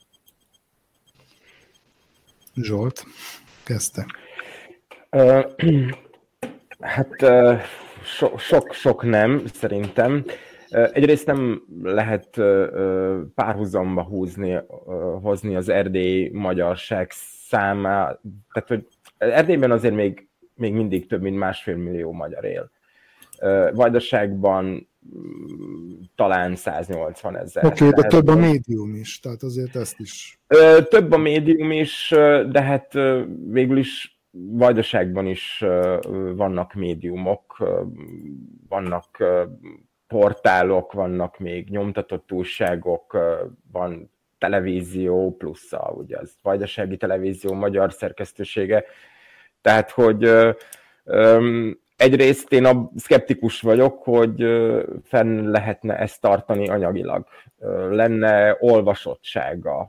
Zsolt, kezdte. Hát sok-sok nem, szerintem. Egyrészt nem lehet párhuzamba húzni, hozni az erdélyi magyarság számát. Tehát, hogy Erdélyben azért még, még mindig több mint másfél millió magyar él. Vajdaságban talán száznyolcvan ezer. Oké, okay, de több a médium is, tehát azért ezt is. Több a médium is, de hát végül is Vajdaságban is vannak médiumok, vannak portálok, vannak még nyomtatott újságok, van televízió, plusz a, ugye az Vajdasági Televízió magyar szerkesztősége. Tehát, hogy egyrészt én a szkeptikus vagyok, hogy fenn lehetne ezt tartani anyagilag. Lenne olvasottsága,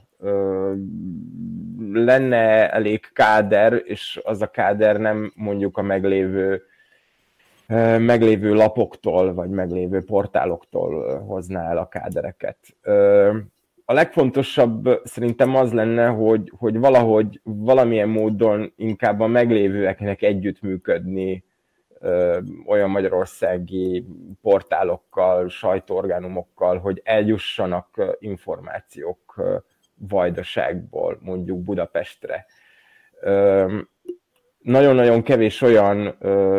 lenne elég káder, és az a káder nem mondjuk a meglévő, meglévő lapoktól, vagy meglévő portáloktól hozná el a kádereket. A legfontosabb szerintem az lenne, hogy, hogy valahogy valamilyen módon inkább a meglévőeknek együttműködni, olyan magyarországi portálokkal, sajtóorgánumokkal, hogy eljussanak információk Vajdaságból, mondjuk Budapestre. Nagyon-nagyon kevés olyan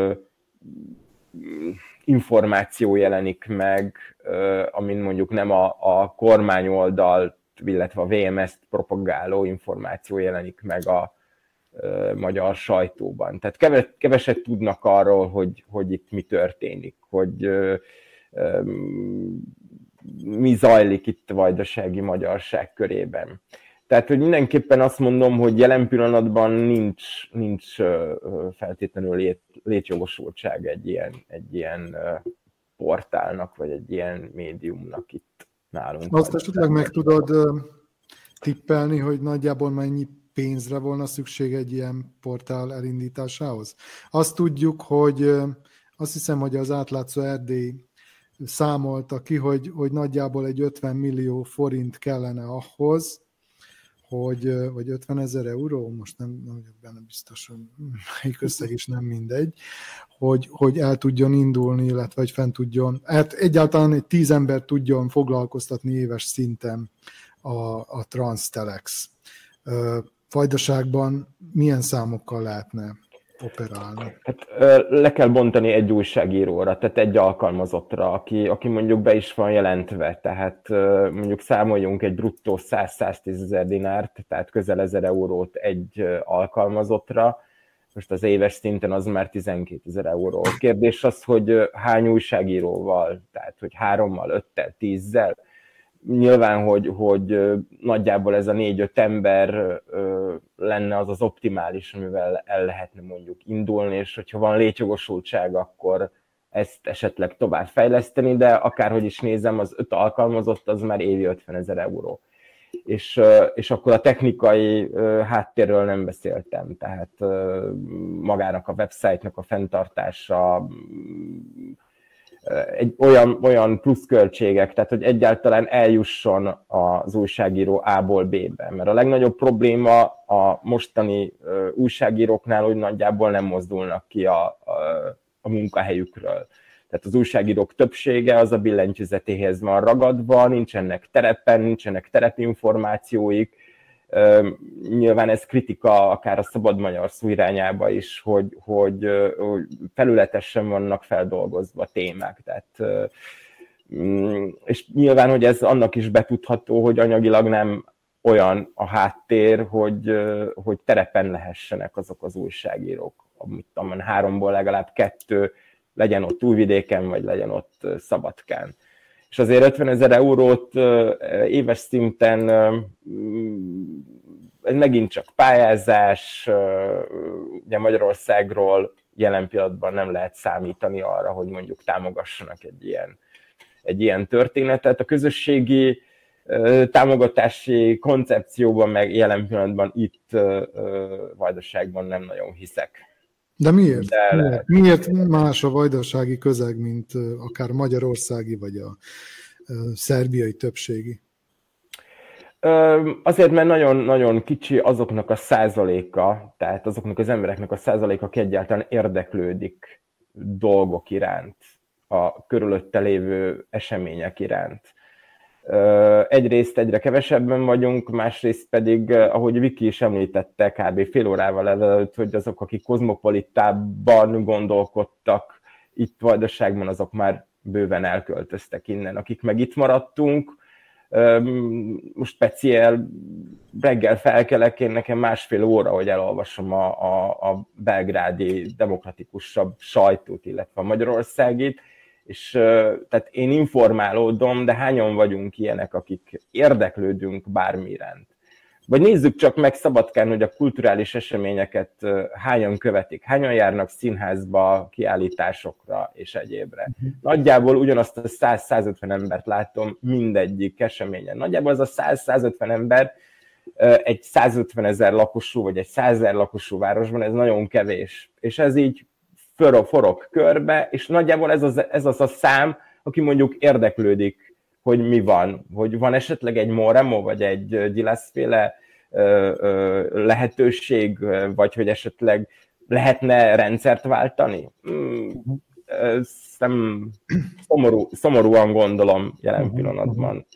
információ jelenik meg, amin mondjuk nem a, a kormányoldalt, illetve a vé em es-t propagáló információ jelenik meg a magyar sajtóban. Tehát keveset tudnak arról, hogy, hogy itt mi történik, hogy mi zajlik itt a vajdasági magyarság körében. Tehát, hogy mindenképpen azt mondom, hogy jelen pillanatban nincs, nincs feltétlenül lét, létjogosultság egy ilyen, egy ilyen portálnak, vagy egy ilyen médiumnak itt nálunk. Azt esetleg meg tudod tippelni, hogy nagyjából mennyi pénzre volna szükség egy ilyen portál elindításához? Azt tudjuk, hogy azt hiszem, hogy az Átlátszó Erdély számolta ki, hogy, hogy nagyjából egy ötven millió forint kellene ahhoz, hogy, vagy ötven ezer euró, most nem, nem vagyok benne biztos, hogy melyik összeg is nem mindegy, hogy, hogy el tudjon indulni, illetve hogy fent tudjon, hát egyáltalán egy tíz ember tudjon foglalkoztatni éves szinten a, a TransTelex. Vajdaságban milyen számokkal lehetne operálni? Hát le kell bontani egy újságíróra, tehát egy alkalmazottra, aki, aki mondjuk be is van jelentve, tehát mondjuk számoljunk egy bruttó száz-száztízezer dinárt, tehát közel ezer eurót egy alkalmazottra, most az éves szinten az már tizenkétezer euró. A kérdés az, hogy hány újságíróval, tehát hogy hárommal, öttel, tízzel. Nyilván, hogy, hogy nagyjából ez a négy-öt ember lenne az az optimális, amivel el lehetne mondjuk indulni, és hogyha van létjogosultság, akkor ezt esetleg tovább fejleszteni, de akárhogy is nézem, az öt alkalmazott, az már évi ötvenezer euró. És, és akkor a technikai háttérről nem beszéltem, tehát magának a website-nak a fenntartása, egy olyan, olyan pluszköltségek, tehát hogy egyáltalán eljusson az újságíró A-ból B-be. Mert a legnagyobb probléma a mostani újságíróknál, hogy nagyjából nem mozdulnak ki a, a, a munkahelyükről. Tehát az újságírók többsége az a billentyűzetéhez van ragadva, nincsenek terepen, nincsenek terepinformációik. Nyilván ez kritika akár a Szabad Magyar Szó irányába is, hogy, hogy, hogy felületesen vannak feldolgozva témák. Tehát, és nyilván, hogy ez annak is betudható, hogy anyagilag nem olyan a háttér, hogy, hogy terepen lehessenek azok az újságírók. Amit tudom, háromból legalább kettő legyen ott Újvidéken, vagy legyen ott Szabadkán. És azért ötvenezer eurót éves szinten, ez megint csak pályázás, ugye Magyarországról jelen pillanatban nem lehet számítani arra, hogy mondjuk támogassanak egy ilyen, egy ilyen történetet. A közösségi támogatási koncepcióban meg jelen pillanatban itt Vajdaságban nem nagyon hiszek. De miért? De miért? miért más a vajdasági közeg, mint akár magyarországi, vagy a szerbiai többségi? Azért, mert nagyon-nagyon kicsi azoknak a százaléka, tehát azoknak az embereknek a százaléka, aki egyáltalán érdeklődik dolgok iránt, a körülötte lévő események iránt. Egyrészt egyre kevesebben vagyunk, másrészt pedig, ahogy Viki is említette kb. Fél órával ezelőtt, hogy azok, akik kozmopolitában gondolkodtak itt Vajdaságban, azok már bőven elköltöztek innen. Akik meg itt maradtunk, most speciál reggel felkelek, én nekem másfél óra, hogy elolvasom a, a, a belgrádi demokratikusabb sajtót, illetve a magyarországit, és tehát én informálódom, de hányan vagyunk ilyenek, akik érdeklődünk bármi iránt. Vagy nézzük csak meg Szabadkán, hogy a kulturális eseményeket hányan követik, hányan járnak színházba, kiállításokra és egyébre. Nagyjából ugyanazt a száz-százötven embert látom mindegyik eseményen. Nagyjából az a száz-százötven ember egy százötvenezer lakosú vagy egy százezer lakosú városban, ez nagyon kevés. És ez így forog, forog körbe, és nagyjából ez az, ez az a szám, aki mondjuk érdeklődik, hogy mi van, hogy van esetleg egy Moremo, vagy egy Gyilászféle lehetőség, vagy hogy esetleg lehetne rendszert váltani. Ezt nem szomorú, szomorúan gondolom jelen pillanatban.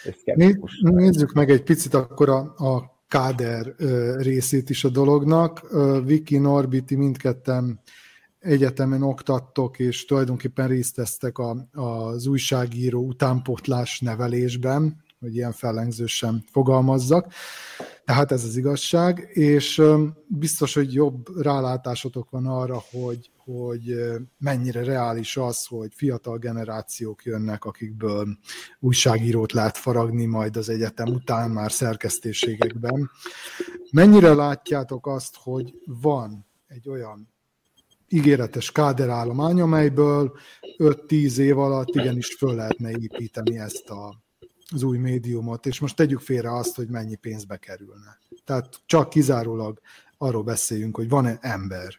Nézzük meg egy picit akkor a, a káder részét is a dolognak. Viki, Norbi, ti mindketten egyetemen oktattok, és tulajdonképpen részt vesztek a, az újságíró utánpótlás nevelésben, hogy ilyen fellengzősen fogalmazzak. Tehát ez az igazság, és biztos, hogy jobb rálátásotok van arra, hogy, hogy mennyire reális az, hogy fiatal generációk jönnek, akikből újságírót lehet faragni majd az egyetem után már szerkesztőségekben. Mennyire látjátok azt, hogy van egy olyan ígéretes káderállomány, amelyből öt-tíz év alatt igenis föl lehetne építeni ezt a, az új médiumot, és most tegyük félre azt, hogy mennyi pénzbe kerülne. Tehát csak kizárólag arról beszéljünk, hogy van-e ember.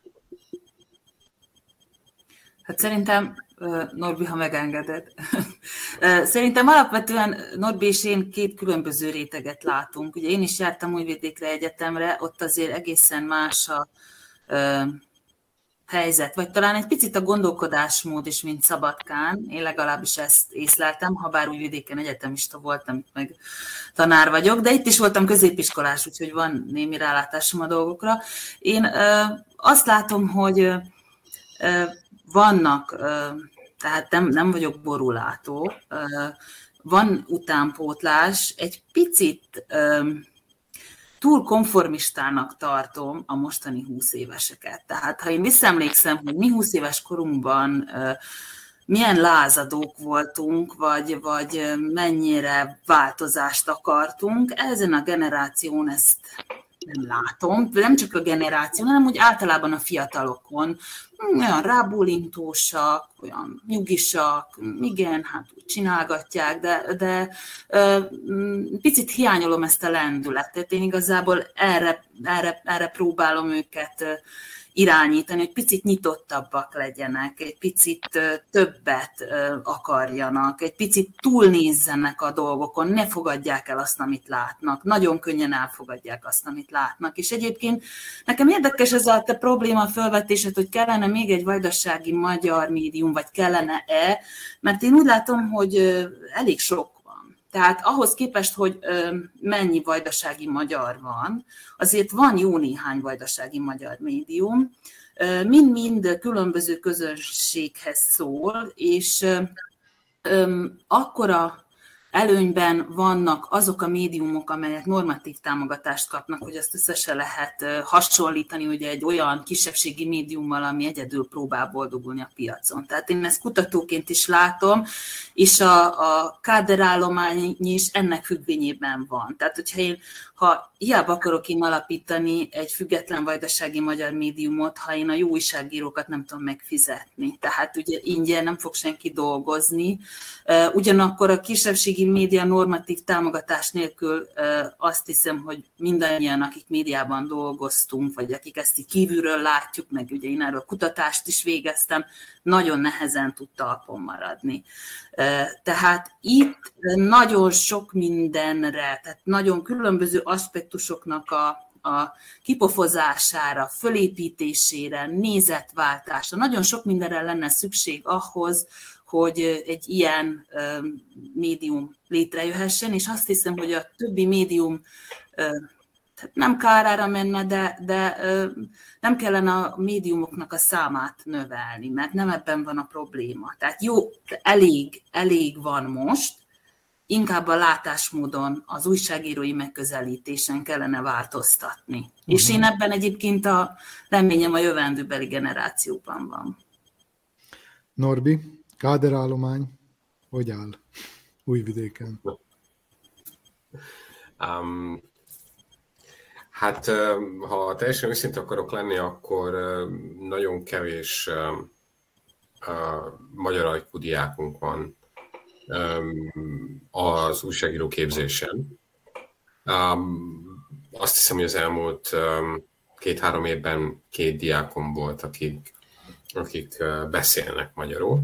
Hát szerintem, Norbi, ha megengeded, szerintem alapvetően Norbi és én két különböző réteget látunk. Ugye én is jártam Újvidékre egyetemre, ott azért egészen más a helyzet, vagy talán egy picit a gondolkodásmód is, mint Szabadkán. Én legalábbis ezt észleltem, ha bár Újvidéken egyetemista voltam, meg tanár vagyok, de itt is voltam középiskolás, úgyhogy van némi rálátásom a dolgokra. Én azt látom, hogy vannak, tehát nem, nem vagyok borulátó, van utánpótlás, egy picit túl konformistának tartom a mostani húsz éveseket. Tehát ha én visszaemlékszem, hogy mi húsz éves korunkban milyen lázadók voltunk, vagy, vagy mennyire változást akartunk, ezen a generáción ezt nem látom, nem csak a generáció, hanem úgy általában a fiatalokon, olyan rábólintósak, olyan nyugisak, igen, hát úgy csinálgatják, de, de picit hiányolom ezt a lendületet. Én igazából erre, erre, erre próbálom őket irányítani, hogy picit nyitottabbak legyenek, egy picit többet akarjanak, egy picit túlnézzenek a dolgokon, ne fogadják el azt, amit látnak. Nagyon könnyen elfogadják azt, amit látnak. És egyébként nekem érdekes ez a te probléma felvetésed, hogy kellene még egy vajdasági magyar médium, vagy kellene-e, mert én úgy látom, hogy elég sok. Tehát ahhoz képest, hogy mennyi vajdasági magyar van, azért van jó néhány vajdasági magyar médium, mind-mind különböző közönséghez szól, és akkora előnyben vannak azok a médiumok, amelyek normatív támogatást kapnak, hogy azt össze se lehet hasonlítani ugye egy olyan kisebbségi médiummal, ami egyedül próbál boldogulni a piacon. Tehát én ezt kutatóként is látom, és a, a káderállomány is ennek függvényében van. Tehát, hogyha én, ha hiába akarok én alapítani egy független vajdasági magyar médiumot, ha én a jó újságírókat nem tudom megfizetni. Tehát ugye ingyen nem fog senki dolgozni. Ugyanakkor a kisebbségi média normatív támogatás nélkül azt hiszem, hogy mindannyian, akik médiában dolgoztunk, vagy akik ezt így kívülről látjuk, meg ugye én erről kutatást is végeztem, nagyon nehezen tud talpon maradni. Tehát itt nagyon sok mindenre, tehát nagyon különböző aspektusoknak a, a kipofozására, fölépítésére, nézetváltásra, nagyon sok mindenre lenne szükség ahhoz, hogy egy ilyen médium létrejöhessen, és azt hiszem, hogy a többi médium nem kárára menne, de, de nem kellene a médiumoknak a számát növelni, mert nem ebben van a probléma. Tehát jó, elég, elég van most, inkább a látásmódon, az újságírói megközelítésen kellene változtatni. Uh-huh. És én ebben egyébként a reményem a jövendőbeli generációban van. Norbi, káderállomány, hogy áll Újvidéken? Um, hát, ha teljesen őszinte akarok lenni, akkor nagyon kevés magyar ajkú diákunk van az újságíró képzésen. Azt hiszem, hogy az elmúlt két-három évben két diákom volt, akik, akik beszélnek magyarul.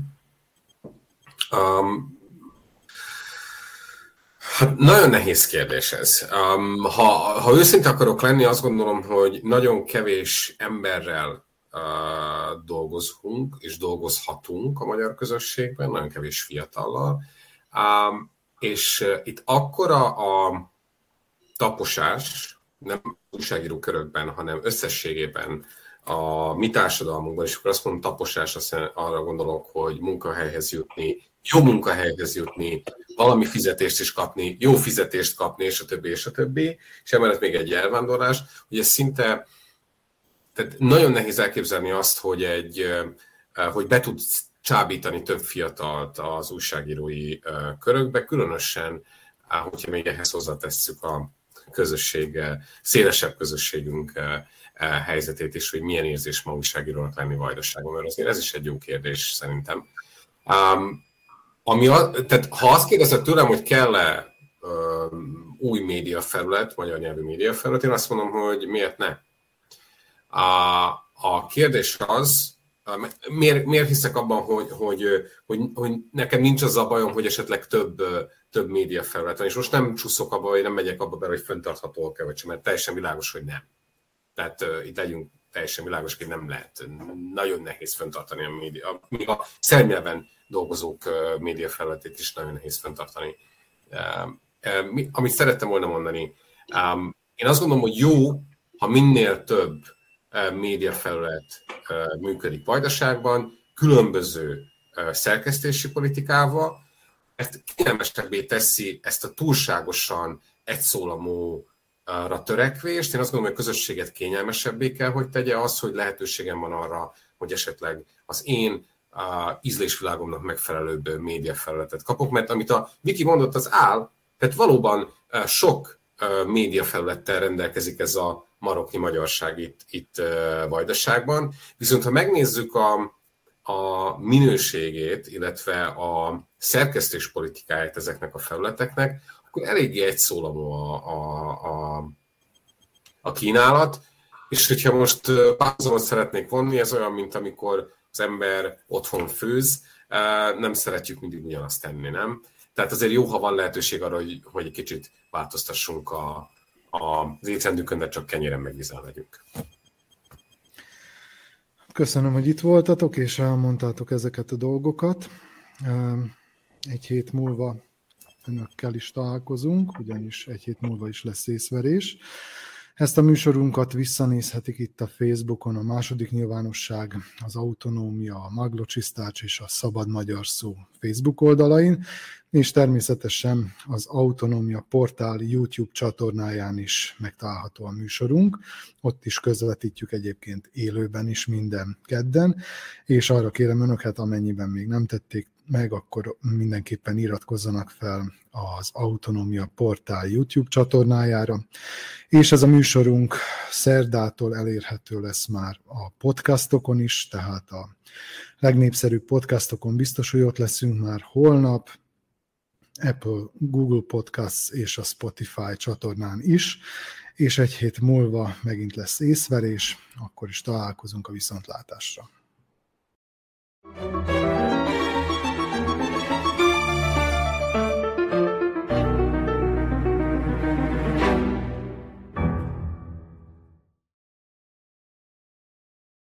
Hát nagyon nehéz kérdés ez. Ha, ha őszinte akarok lenni, azt gondolom, hogy nagyon kevés emberrel dolgozunk és dolgozhatunk a magyar közösségben, nagyon kevés fiatallal. Um, és uh, itt akkora a taposás, nem újságíró körökben, hanem összességében a mi társadalmunkban, és akkor azt mondom taposás, azt arra gondolok, hogy munkahelyhez jutni, jó munkahelyhez jutni, valami fizetést is kapni, jó fizetést kapni, és a többi, és a többi, és emellett még egy elvándorlás, hogy ez szinte, tehát nagyon nehéz elképzelni azt, hogy, egy, hogy be tudsz csábítani több fiatalt az újságírói körökbe, különösen, hogyha még ehhez hozzátesszük a közösség, szélesebb közösségünk helyzetét is, hogy milyen érzés ma újságírónak lenni Vajdaságon, mert azért ez is egy jó kérdés szerintem. Um, ami a, tehát ha azt kérdezed tőlem, hogy kell-e um, új médiafelület, magyar nyelvű médiafelület, én azt mondom, hogy miért ne. A, a kérdés az, Miért, miért hiszek abban, hogy, hogy, hogy, hogy nekem nincs az a bajom, hogy esetleg több, több média felület van, és most nem csúszok abba, vagy nem megyek abba bele, hogy fenntartható-e, vagy sem, mert teljesen világos, hogy nem. Tehát uh, itt legyünk teljesen világos, hogy nem lehet. Nagyon nehéz fenntartani a média. Még a szernyelven dolgozók uh, média felületét is nagyon nehéz fenntartani. Uh, uh, mi, amit szerettem volna mondani, um, én azt gondolom, hogy jó, ha minél több médiafelület működik Vajdaságban, különböző szerkesztési politikával, mert kényelmesebbé teszi ezt a túlságosan egyszólamúra törekvést. Én azt gondolom, hogy a közösséget kényelmesebbé kell, hogy tegye az, hogy lehetőségem van arra, hogy esetleg az én a ízlésvilágomnak megfelelőbb médiafelületet kapok, mert amit a Viki mondott, az áll, tehát valóban sok médiafelülettel rendelkezik ez a maroknyi magyarság itt, itt Vajdaságban, viszont ha megnézzük a, a minőségét, illetve a szerkesztés politikáját ezeknek a felületeknek, akkor eléggé egyszólamú a, a, a, a kínálat, és hogyha most párhuzamot szeretnék vonni, ez olyan, mint amikor az ember otthon főz, nem szeretjük mindig ugyanazt tenni, nem? Tehát azért jó, ha van lehetőség arra, hogy, hogy egy kicsit változtassunk a, a, az étrendünkön, de csak kenyéren meg vízzel legyünk. Köszönöm, hogy itt voltatok, és elmondtátok ezeket a dolgokat. Egy hét múlva önökkel is találkozunk, ugyanis egy hét múlva is lesz észverés. Ezt a műsorunkat visszanézhetik itt a Facebookon, a Második Nyilvánosság, az Autonómia, a Maglocsisztács és a Szabad Magyar Szó Facebook oldalain, és természetesen az Autonómia portál YouTube csatornáján is megtalálható a műsorunk. Ott is közvetítjük egyébként élőben is minden kedden, és arra kérem önöket, amennyiben még nem tették meg, akkor mindenképpen iratkozzanak fel az Autonómia portál YouTube csatornájára, és ez a műsorunk szerdától elérhető lesz már a podcastokon is, tehát a legnépszerűbb podcastokon biztos, hogy ott leszünk már holnap, Apple, Google Podcasts és a Spotify csatornán is, és egy hét múlva megint lesz észverés, akkor is találkozunk a viszontlátásra.